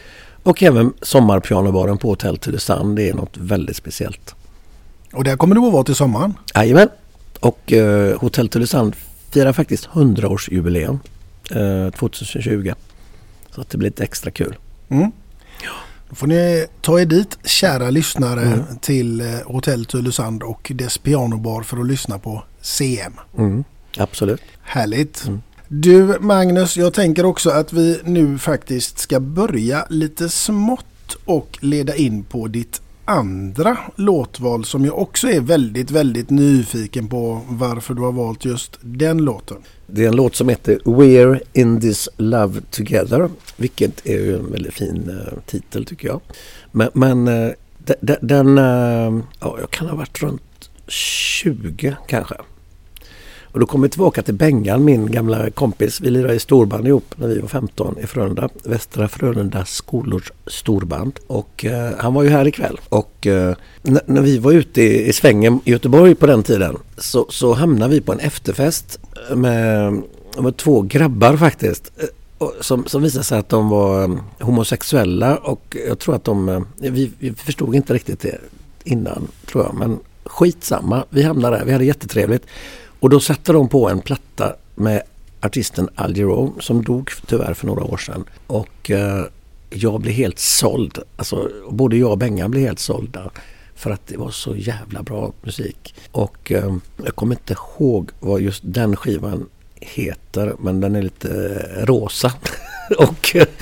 S8: Och även sommarpianobaren på Hotel Tylösand, det är något väldigt speciellt.
S7: Och där kommer du att vara till sommaren?
S8: Jajamän. Och eh, Hotel Tylösand firar faktiskt hundraårsjubileum eh, tjugohundratjugo. Så att det blir lite extra kul.
S7: Mm. Då får ni ta er dit, kära lyssnare, mm. till eh, Hotel Tylösand och dess pianobar för att lyssna på C M.
S8: Mm. Absolut.
S7: Härligt. Mm. Du Magnus, jag tänker också att vi nu faktiskt ska börja lite smått och leda in på ditt andra låtval som jag också är väldigt, väldigt nyfiken på varför du har valt just den låten.
S8: Det är en låt som heter We're in this love together, vilket är ju en väldigt fin uh, titel tycker jag. Men, men uh, de, de, den, uh, ja, jag kan ha varit runt tjugo kanske. Och då kom vi tillbaka till Bengan, min gamla kompis. Vi lirade i storband ihop när vi var femton i Frölunda. Västra Frölunda skolors storband. Och eh, han var ju här ikväll. Och eh, n- när vi var ute i, i svängen i Göteborg på den tiden så, så hamnade vi på en efterfest med, med två grabbar faktiskt. Eh, som, som visade sig att de var eh, homosexuella. Och jag tror att de... Eh, vi, vi förstod inte riktigt det innan, tror jag. Men skitsamma. Vi hamnade där. Vi hade jättetrevligt. Och då satte de på en platta med artisten Al Jarreau som dog tyvärr för några år sedan. Och eh, jag blev helt såld. Alltså, både jag och Benga blev helt sålda för att det var så jävla bra musik. Och eh, jag kommer inte ihåg vad just den skivan heter, men den är lite eh, rosa. och, eh,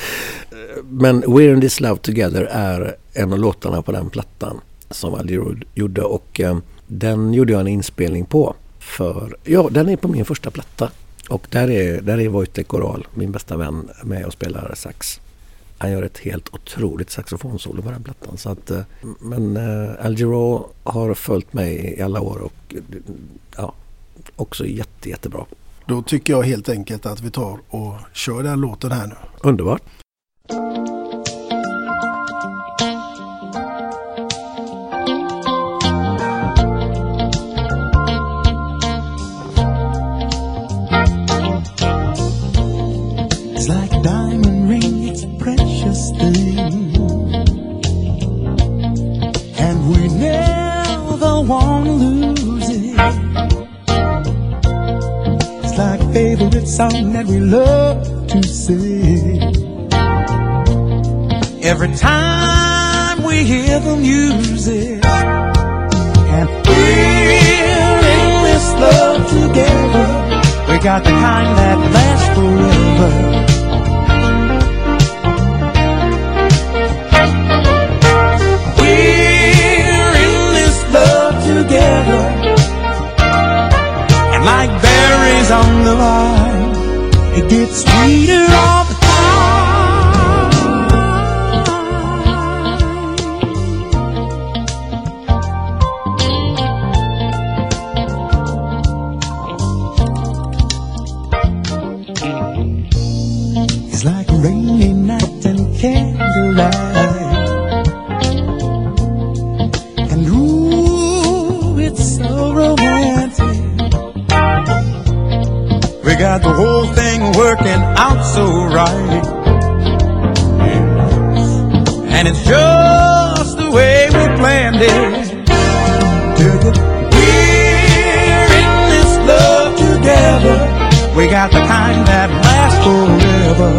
S8: men We're in this love together är en av låtarna på den plattan som Al Jarreau gjorde. Och eh, den gjorde jag en inspelning på. För, ja, den är på min första platta. Och där är, där är Wojtek Oral, min bästa vän, med och spelar sax. Han gör ett helt otroligt saxofonsolo på den plattan. Så att, men uh, Al Jarreau har följt mig i alla år och ja, också jätte, jättebra.
S7: Då tycker jag helt enkelt att vi tar och kör den låten här nu.
S8: Underbart.
S10: It's like a diamond ring, it's a precious thing, and we never want to lose it. It's like a favorite song that we love to sing. Every time we hear the music, and we're in this love together. We got the kind that lasts forever. Together, and like berries on the vine, it gets sweeter all the time. It's like a rainy night and candlelight. We got the whole thing working out so right, and it's just the way we planned it. We're in this love together. We got the kind that lasts forever.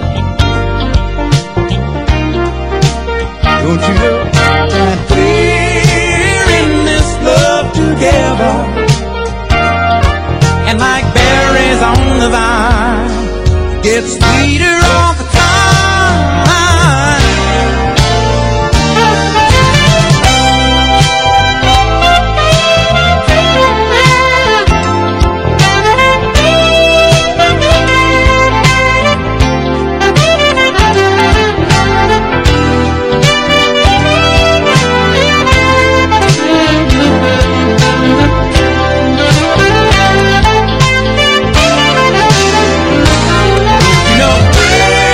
S10: Don't you know that we're in this love together? And like berries on the vine, gets sweeter all the time. You know,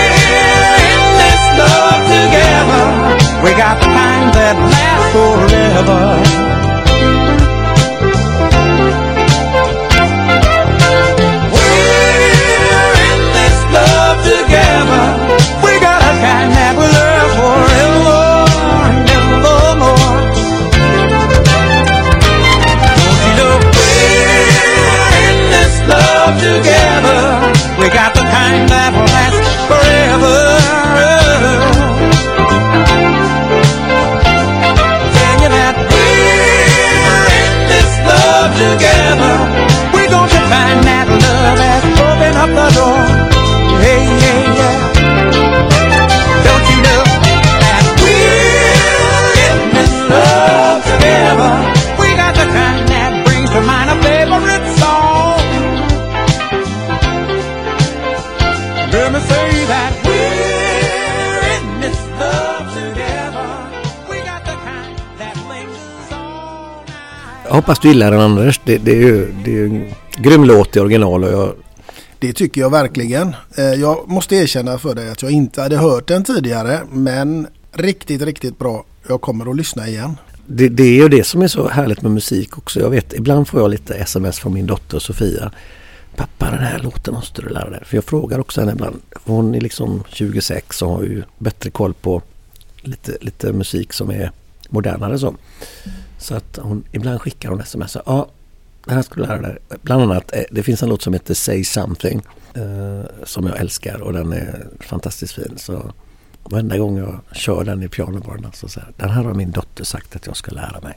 S8: Jag hoppas du gillar den, Anders. Det, det är ju det är ju en grym låt i original. Och jag...
S7: Det tycker jag verkligen. Jag måste erkänna för dig att jag inte hade hört den tidigare, men riktigt, riktigt bra. Jag kommer att lyssna igen.
S8: Det, det är ju det som är så härligt med musik också. Jag vet, ibland får jag lite sms från min dotter Sofia. Pappa, den här låten måste du lära dig. För jag frågar också henne ibland. Hon är liksom tjugosex och har ju bättre koll på lite, lite musik som är modernare så. Så att hon, ibland skickar hon sms. Ja, det här skulle du lära dig. Bland annat, det finns en låt som heter Say Something eh, som jag älskar och den är fantastiskt fin. Så varenda gång jag kör den i pianobarnen så säger den här har min dotter sagt att jag ska lära mig.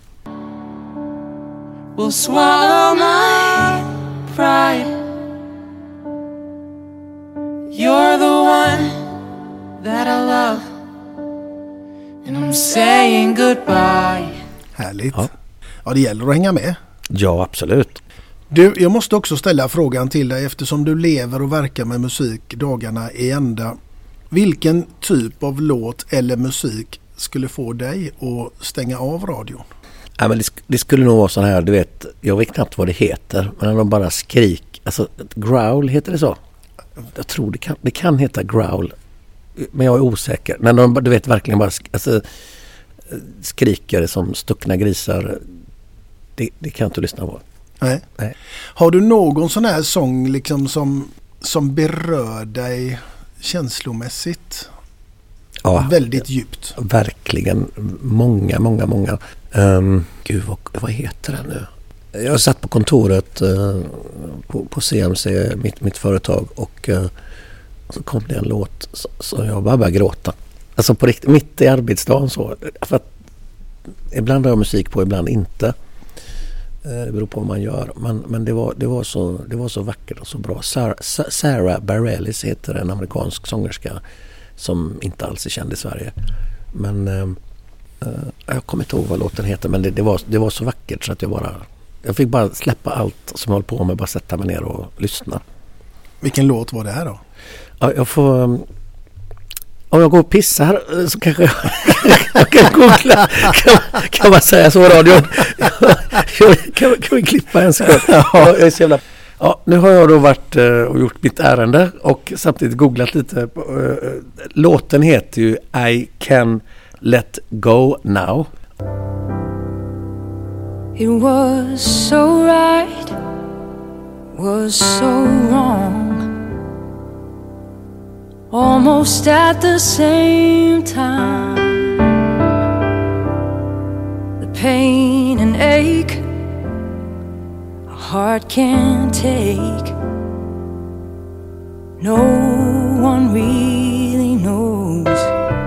S10: Will swallow my pride. You're the one that I love. And I'm saying goodbye.
S7: Härligt. Ja. Ja, det gäller att hänga med.
S8: Ja, absolut.
S7: Du, jag måste också ställa frågan till dig eftersom du lever och verkar med musik dagarna i ända. Vilken typ av låt eller musik skulle få dig att stänga av radion?
S8: Ja, men det, det skulle nog vara så här, du vet, jag vet knappt vad det heter, men när de bara skrik, alltså growl heter det så? Jag tror det kan, det kan heta growl, men jag är osäker. När de, du vet, verkligen bara alltså, skriker som stuckna grisar, det, det kan jag inte lyssna på.
S7: Nej.
S8: Nej.
S7: Har du någon sån här sång liksom som, som berör dig känslomässigt?
S8: Ja,
S7: väldigt djupt.
S8: Verkligen. Många, många, många. Um, gud, vad, vad heter det nu? Jag satt på kontoret uh, på, på C M C, mitt, mitt företag, och uh, så kom det en låt så, så jag bara började gråta. Alltså på riktigt, mitt i arbetsdagen så. För att ibland har jag musik på, ibland inte. Det beror på vad man gör. Men, men det, var, det, var så, det var så vackert och så bra. Sarah, Sarah Bareilles heter en amerikansk sångerska som inte alls är känd i Sverige. Men eh, jag kommer inte ihåg vad låten heter, men det, det, var, det var så vackert så att jag bara jag fick bara släppa allt som jag höll på med, bara sätta mig ner och lyssna.
S7: Vilken låt var det här då?
S8: Ja, jag får... Om jag går och pissar så kanske jag, jag kan googla. Kan, kan man säga så i radion? Kan, kan vi klippa en sekund? Ja, jag är så jävla... Ja, nu har jag då varit och gjort mitt ärende och samtidigt googlat lite. Låten heter ju I Can Let Go Now.
S10: It was so right, was so wrong, almost at the same time. The pain and ache a heart can't take, no one really knows.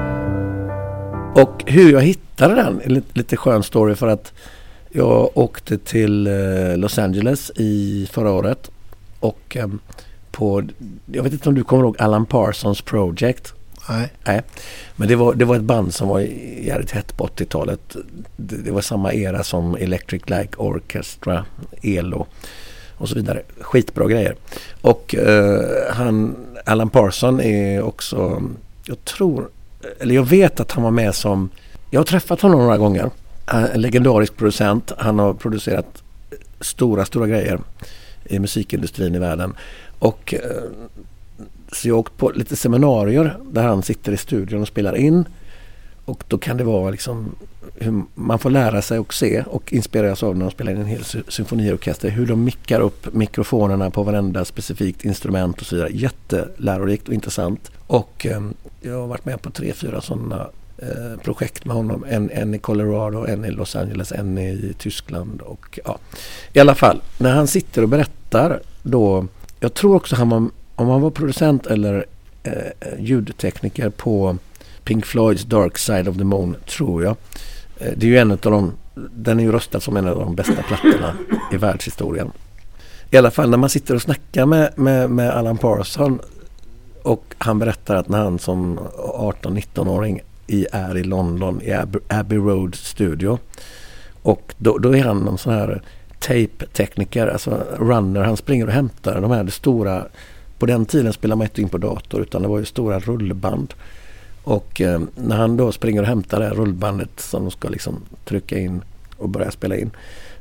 S8: Och hur jag hittade den är lite, lite skön story, för att jag åkte till Los Angeles i förra året och eh, på, jag vet inte om du kommer ihåg Alan Parsons Project.
S7: Nej.
S8: Nej. Men det var, det var ett band som var jävligt hett på åttiotalet. Det, det var samma era som Electric Light Orchestra, E L O och så vidare. Skitbra grejer. Och eh, han, Alan Parsons är också, jag tror, eller jag vet att han var med som, jag har träffat honom några gånger. En legendarisk producent. Han har producerat stora, stora grejer i musikindustrin i världen. Och så jag åkt på lite seminarier där han sitter i studion och spelar in. Och då kan det vara liksom hur man får lära sig och se och inspireras av när de spelar in en hel symfoniorkester. Hur de mickar upp mikrofonerna på varenda specifikt instrument och så vidare. Jättelärorikt och intressant. Och eh, jag har varit med på tre, fyra sådana eh, projekt med honom. En, en i Colorado, en i Los Angeles, en i Tyskland. Och ja, i alla fall, när han sitter och berättar då, jag tror också han var, om han var producent eller eh, ljudtekniker på Pink Floyds Dark Side of the Moon, tror jag. Det är ju en av de, den är ju röstad som en av de bästa plattorna i världshistorien. I alla fall när man sitter och snackar med, med, med Alan Parsons och han berättar att när han som arton-nitton-åring i, är i London i Abbey, Abbey Road Studio och då, då är han någon sån här tape-tekniker, alltså runner, han springer och hämtar de här stora, på den tiden spelar man inte in på dator utan det var ju stora rullband. Och eh, när han då springer och hämtar det här rullbandet som de ska liksom trycka in och börja spela in,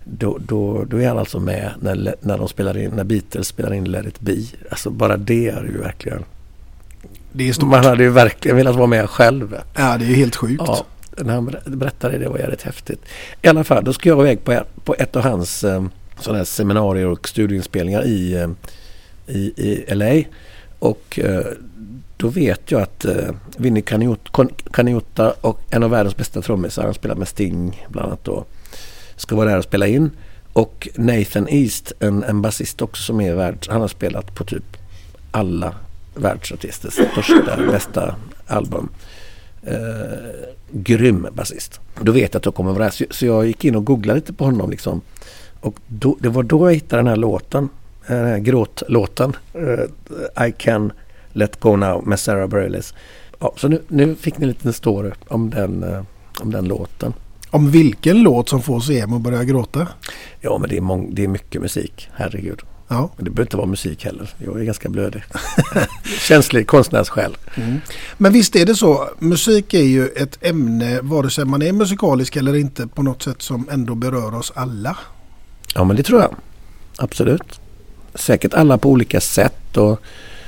S8: då, då, då är han alltså med när, när de spelar in, när Beatles spelar in Let It Be. Alltså bara det är ju verkligen...
S7: Det är stort.
S8: Man hade ju verkligen velat vara med själv.
S7: Ja, det är ju helt sjukt.
S8: Ja, när han berättade det var jävligt häftigt. I alla fall, då ska jag iväg på, på ett av hans eh, sådana här seminarier och studieinspelningar i, eh, i, i L A. Och eh, då vet jag att eh, Vinnie Colaiuta och en av världens bästa trummisar, han spelar med Sting bland annat då, ska vara där och spela in. Och Nathan East, en, en basist också som är värld, han har spelat på typ alla världsartisters största, bästa album. Eh, grym basist. Då vet jag att jag kommer vara där. Så, så jag gick in och googlade lite på honom liksom. Och då, det var då jag hittade den här låten, den här gråtlåten, uh, I Can Let Go Now med Sarah Bareilles. Ja, så nu, nu fick ni en liten story om den, uh, om den låten.
S7: Om vilken låt som får Siem att börja gråta?
S8: Ja, men det är, mång- det är mycket musik, herregud.
S7: Ja.
S8: Men det behöver inte vara musik heller. Jag är ganska blödig. Känslig konstnärssjäl.
S7: Mm. Men visst är det så. Musik är ju ett ämne, vare sig man är musikalisk eller inte, på något sätt som ändå berör oss alla.
S8: Ja, men det tror jag. Absolut. Säkert alla på olika sätt. Och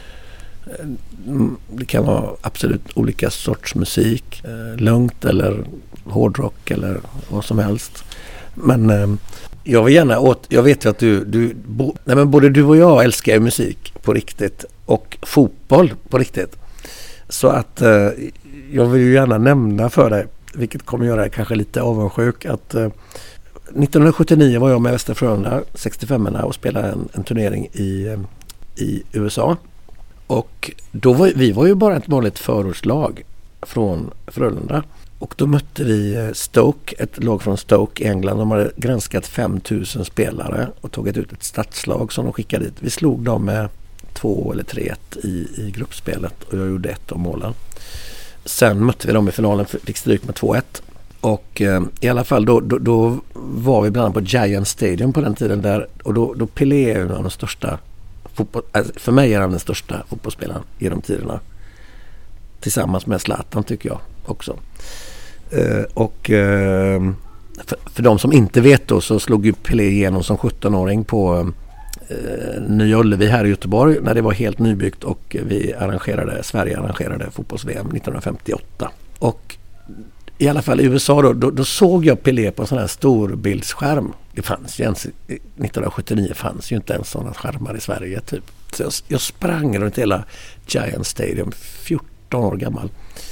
S8: det kan vara absolut olika sorts musik. Lugnt eller hårdrock eller vad som helst. Men jag vill gärna åt, jag vet ju att du, du bo, nej men både du och jag älskar ju musik på riktigt och fotboll på riktigt. Så att eh, jag vill ju gärna nämna för dig, vilket kommer göra dig kanske lite avundsjuk, att eh, nittonhundrasjuttionio var jag med Västra Frölunda, sextiofem-orna, och spelade en, en turnering i, eh, i U S A. Och då var vi var ju bara ett vanligt förortslag från Frölunda. Och då mötte vi Stoke, ett lag från Stoke i England. De hade granskat fem tusen spelare och tagit ut ett stadslag som de skickade dit. Vi slog dem med två eller tre ett i, i gruppspelet och jag gjorde ett av målen. Sen mötte vi dem i finalen, fick stryk med två ett. Och eh, i alla fall då, då, då var vi bland annat på Giant Stadium på den tiden där. Och då, då Pelé är en av de största, fotboll, alltså för mig är han den största fotbollsspelaren i de tiderna. Tillsammans med Zlatan tycker jag också. Uh, och uh, för, för de som inte vet då, så slog ju Pelé igenom som sjuttonåring på uh, Nya Ullevi här i Göteborg när det var helt nybyggt, och vi arrangerade, Sverige arrangerade fotbolls-V M nittonhundrafemtioåtta. Och i alla fall i U S A då, då, då såg jag Pelé på en sån här storbildsskärm. Det fanns ju ens, nittonhundrasjuttionio fanns ju inte ens sådana skärmar i Sverige typ. Så jag, jag sprang runt hela Giant Stadium, fjorton år gammal,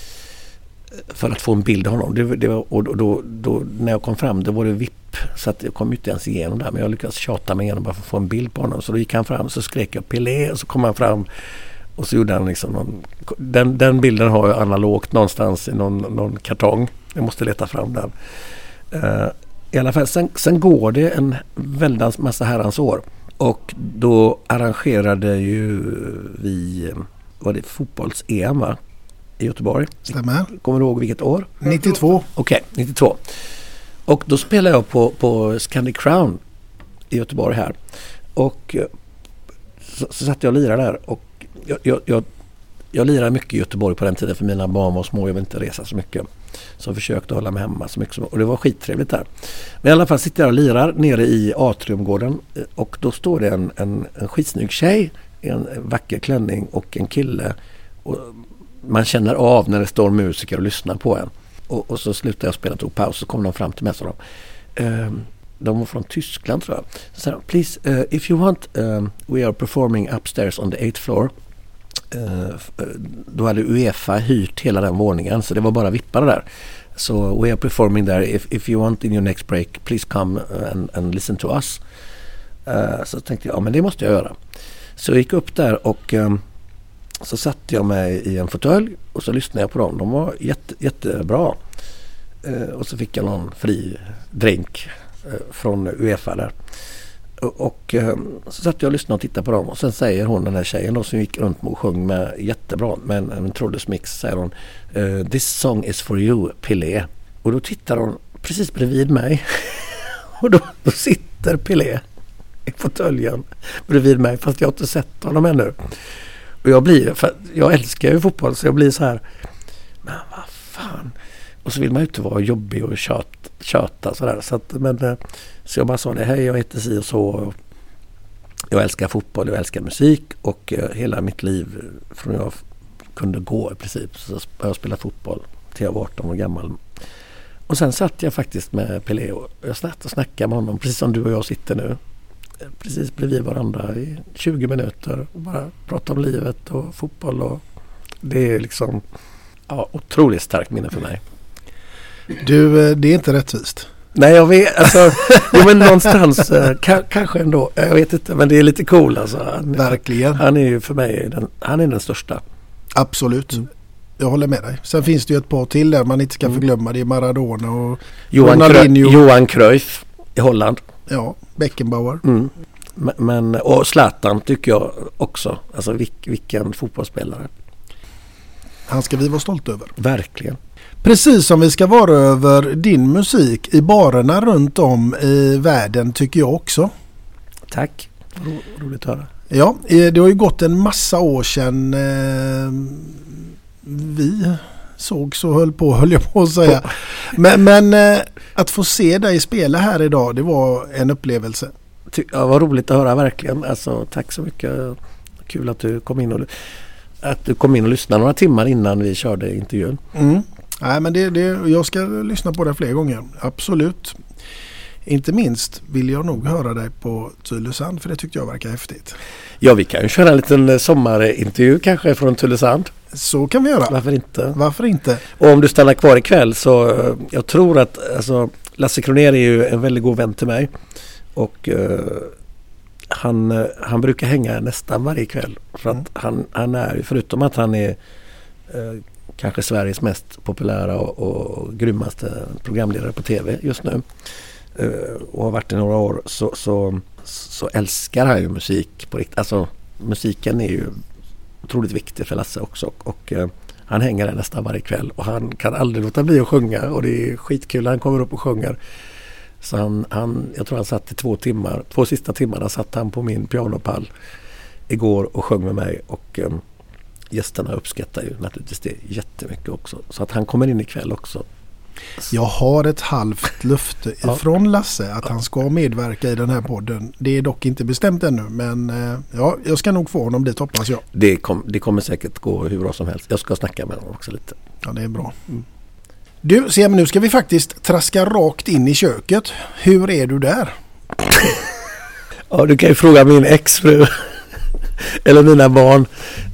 S8: för att få en bild av honom. Det, det var, och då, då, då, när jag kom fram, det var det V I P, så att jag kom inte ens igenom där, men jag lyckades tjata mig igenom bara för att få en bild på honom. Så då gick han fram, så skrek jag Pelé, och så kom han fram och så gjorde han liksom någon, den, den bilden har jag analogt någonstans i någon, någon kartong. Jag måste leta fram den. Uh, I alla fall, sen, sen går det en väldans massa herrans år, och då arrangerade ju vi, var det fotbolls-E M va? I Göteborg.
S7: Stämmer.
S8: Kommer du ihåg vilket år?
S7: nittiotvå.
S8: Okej, okay, nittiotvå. Och då spelade jag på, på Scandic Crown i Göteborg här. Och så, så satt jag och lirade där. Och jag, jag, jag, jag lirade mycket i Göteborg på den tiden, för mina barn var små. Jag vill inte resa så mycket. Så jag försökte hålla mig hemma så mycket som, och det var skittrevligt där. Men i alla fall sitter jag och lirar nere i Atriumgården. Och då står det en, en, en skitsnygg tjej, en vacker klänning, och en kille. Och man känner av när det står musiker och lyssnar på en. Och, och så slutade jag spela, tog paus, så kom de fram till mig och sa de, um, de var från Tyskland tror jag. Så sa de, please, uh, if you want, um, we are performing upstairs on the eighth floor. Uh, då hade UEFA hyrt hela den våningen, så det var bara vippare där. Så we are performing there. If, if you want in your next break, please come and, and listen to us. Uh, så tänkte jag, ja men det måste jag göra. Så jag gick upp där och um, så satte jag mig i en fåtölj och så lyssnade jag på dem. De var jätte, jättebra. Eh, och så fick jag någon fri drink eh, från UEFA där. Och, och eh, så satt jag och lyssnade och tittade på dem. Och sen säger hon, den här tjejen då, som gick runt och sjöng med jättebra, men en trådlös mix, säger hon, uh, this song is for you, Pelé. Och då tittar hon precis bredvid mig. Och då, då sitter Pelé i fåtöljen bredvid mig, fast jag har inte sett honom ännu. Och jag blir, för jag älskar ju fotboll, så jag blir så här, men vad fan. Och så vill man ju inte vara jobbig och tjöt, tjöta sådär. Så, att, men, så jag bara sa det, hej jag heter si och så. Jag älskar fotboll, jag älskar musik och uh, hela mitt liv från jag kunde gå i princip så började jag spela fotboll till jag var arton år gammal. Och sen satt jag faktiskt med Pelé och jag snackade och snackade med honom precis som du och jag sitter nu. Precis bredvid varandra i tjugo minuter och bara prata om livet och fotboll och det är liksom ja, otroligt starkt minne för mig.
S7: Du, det är inte rättvist.
S8: Nej, jag vet. Alltså, jo, men någonstans k- kanske ändå. Jag vet inte, men det är lite cool. Alltså. Han,
S7: Verkligen.
S8: Han är ju för mig den, han är den största.
S7: Absolut. Mm. Jag håller med dig. Sen finns det ju ett par till där man inte ska mm. förglömma. Det är Maradona och
S8: Johan, Krö- Johan Cruyff i Holland.
S7: Ja, Beckenbauer.
S8: Mm. Men, och Zlatan tycker jag också. Alltså vilk, vilken fotbollsspelare.
S7: Han ska vi vara stolta över.
S8: Verkligen.
S7: Precis som vi ska vara över din musik i barerna runt om i världen tycker jag också.
S8: Tack. Ro, roligt att höra.
S7: Ja, det har ju gått en massa år sedan eh, vi såg så höll på höll jag på att säga. Men, men eh, att få se dig spela här idag, det var en upplevelse.
S8: Ja, vad roligt att höra verkligen. Alltså, tack så mycket. Kul att du kom in och, att du kom in och lyssnade några timmar innan vi körde intervjun.
S7: Mm. Nej, men det, det, jag ska lyssna på det fler gånger. Absolut. Inte minst vill jag nog höra dig på Tylösand för det tyckte jag verkar häftigt.
S8: Ja, vi kan ju köra en liten sommarintervju kanske från Tylösand.
S7: Så kan vi göra.
S8: Varför inte?
S7: Varför inte?
S8: Och om du stannar kvar ikväll så jag tror att alltså, Lasse Kronér är ju en väldigt god vän till mig. Och uh, han, han brukar hänga nästan varje kväll. För att mm. han, han är, förutom att han är uh, kanske Sveriges mest populära och, och grymmaste programledare på tv just nu uh, och har varit i några år så, så, så älskar han ju musik på riktigt. Alltså musiken är ju otroligt viktig för Lasse också och, och uh, han hänger där nästan varje kväll och han kan aldrig låta bli att sjunga och det är skitkul. Han kommer upp och sjunger. Så han, han, jag tror han satt i två timmar, två sista timmarna satt han på min pianopall igår och sjöng med mig och um, gästerna uppskattar ju naturligtvis det jättemycket också. Så att han kommer in ikväll också.
S7: Jag har ett halvt löfte ja. från Lasse att ja. han ska medverka i den här podden. Det är dock inte bestämt ännu men ja, jag ska nog få honom dit hoppas jag.
S8: Det, kom, det kommer säkert gå hur bra som helst. Jag ska snacka med honom också lite.
S7: Ja, det är bra. Mm. Du, se men nu ska vi faktiskt traska rakt in i köket. Hur är du där?
S8: Ja, du kan ju fråga min exfru eller mina barn.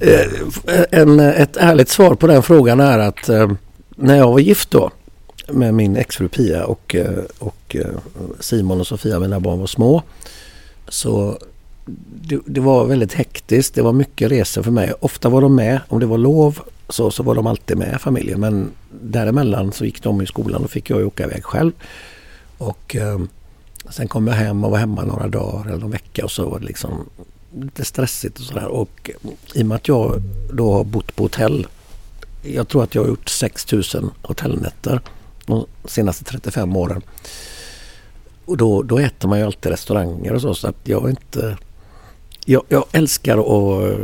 S8: En, ett ärligt svar på den frågan är att eh, när jag var gift då med min exfru Pia och, och Simon och Sofia, mina barn var små, så det, det var väldigt hektiskt. Det var mycket resor för mig. Ofta var de med. Om det var lov så, så var de alltid med familjen. Men däremellan så gick de i skolan och fick jag åka iväg själv. Och eh, sen kom jag hem och var hemma några dagar eller någon vecka och så var det liksom lite stressigt och sådär. Och i och med att jag då har bott på hotell, jag tror att jag har gjort sex tusen hotellnätter de senaste trettiofem åren. Och då, då äter man ju alltid restauranger och så, så att jag inte jag, jag älskar att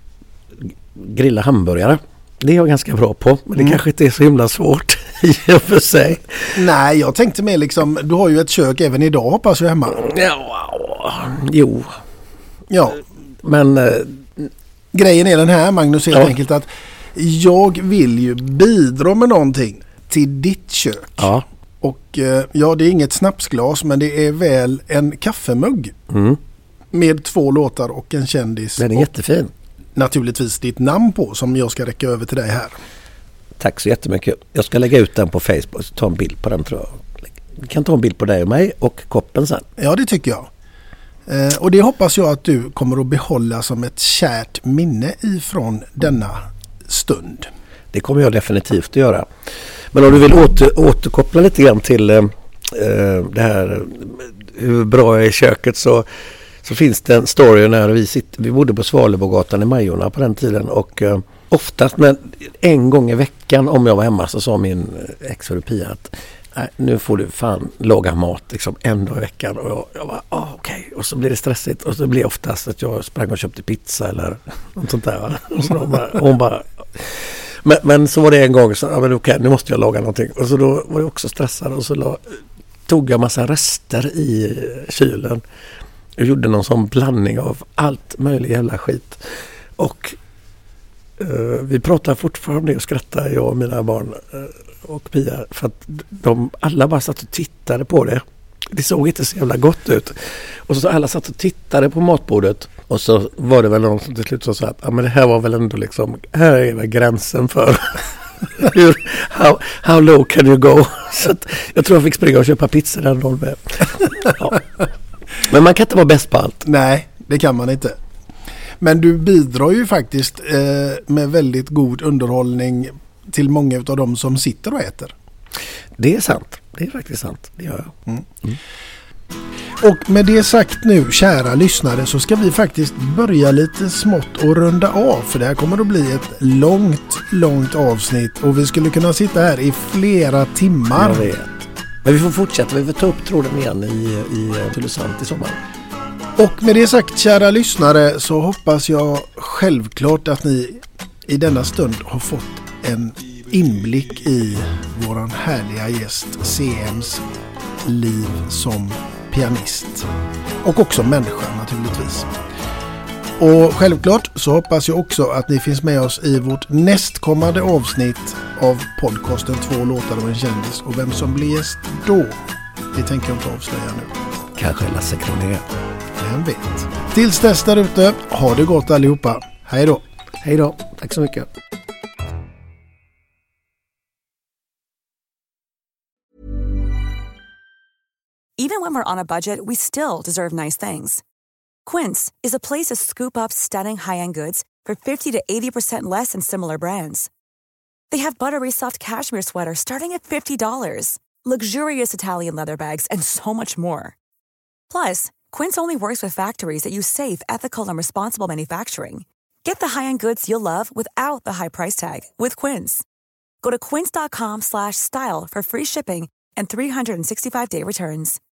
S8: grilla hamburgare. Det är jag ganska bra på, men det mm. kanske inte är så himla svårt i och för sig.
S7: Nej, jag tänkte mer liksom, du har ju ett kök även idag hoppas jag hemma.
S8: Ja, jo.
S7: Ja.
S8: Men äh,
S7: grejen är den här, Magnus, helt ja. enkelt att jag vill ju bidra med någonting till ditt kök.
S8: Ja.
S7: Och ja, det är inget snapsglas men det är väl en kaffemugg.
S8: Mm.
S7: Med två låtar och en kändis.
S8: Den är jättefin.
S7: Naturligtvis ditt namn på som jag ska räcka över till dig här.
S8: Tack så jättemycket. Jag ska lägga ut den på Facebook och ta en bild på den tror jag. Vi kan ta en bild på dig och mig och koppen sen.
S7: Ja, det tycker jag. Eh, och det hoppas jag att du kommer att behålla som ett kärt minne ifrån denna stund.
S8: Det kommer jag definitivt att göra. Men om du vill åter, återkoppla lite grann till eh, det här hur bra jag är i köket så, så finns det en story när vi, sitter, vi bodde på Svalebogatan i Majorna på den tiden och eh, oftast men en gång i veckan om jag var hemma så sa min exfru Pia att nej, nu får du fan laga mat liksom en dag i veckan och jag, jag var ah, okej okay. Och så blir det stressigt och så blir det oftast att jag sprang och köpte pizza eller något sånt där va? Och så hon bara, hon bara Men, men så var det en gång så, ja men okej, nu måste jag laga någonting. Och så då var jag också stressad och så la, tog jag massa rester i kylen. Jag gjorde någon sån blandning av allt möjligt jävla skit. Och uh, vi pratar fortfarande om det och skrattar, jag och mina barn uh, och Pia. För att de alla bara satt och tittade på det. Det såg inte så jävla gott ut. Och så alla satt och tittade på matbordet. Och så var det väl någon som till slut sa att ja, men det här var väl ändå liksom, här är väl gränsen för hur, how, how low can you go? Så att jag tror jag fick springa och köpa pizza den dagen med. Ja. Men man kan inte vara bäst på allt.
S7: Nej, det kan man inte. Men du bidrar ju faktiskt eh, med väldigt god underhållning till många av dem som sitter och äter.
S8: Det är sant. Det är faktiskt sant. Det gör jag. Mm. Mm.
S7: Och med det sagt nu, kära lyssnare, så ska vi faktiskt börja lite smått och runda av. För det här kommer att bli ett långt, långt avsnitt. Och vi skulle kunna sitta här i flera timmar.
S8: Jag vet. Men vi får fortsätta. Vi får ta upp tråden igen i, i Tylösand i sommar.
S7: Och med det sagt, kära lyssnare, så hoppas jag självklart att ni i denna stund har fått en inblick i våran härliga gäst C M:s liv som pianist och också människa naturligtvis. Och självklart så hoppas jag också att ni finns med oss i vårt nästkommande avsnitt av podcasten Två låtar av en kändis, och vem som blir gäst då, det tänker jag inte avslöja nu.
S8: Kanske Lasse Kronér.
S7: Vem vet. Tills dess där ute, ha det gott allihopa. Hej då.
S8: Hej då. Tack så mycket.
S14: Even when we're on a budget, we still deserve nice things. Quince is a place to scoop up stunning high-end goods for fifty to eighty percent less than similar brands. They have buttery soft cashmere sweaters starting at fifty dollars, luxurious Italian leather bags, and so much more. Plus, Quince only works with factories that use safe, ethical, and responsible manufacturing. Get the high-end goods you'll love without the high price tag with Quince. Go to quince dot com slash style for free shipping and three hundred sixty-five day returns.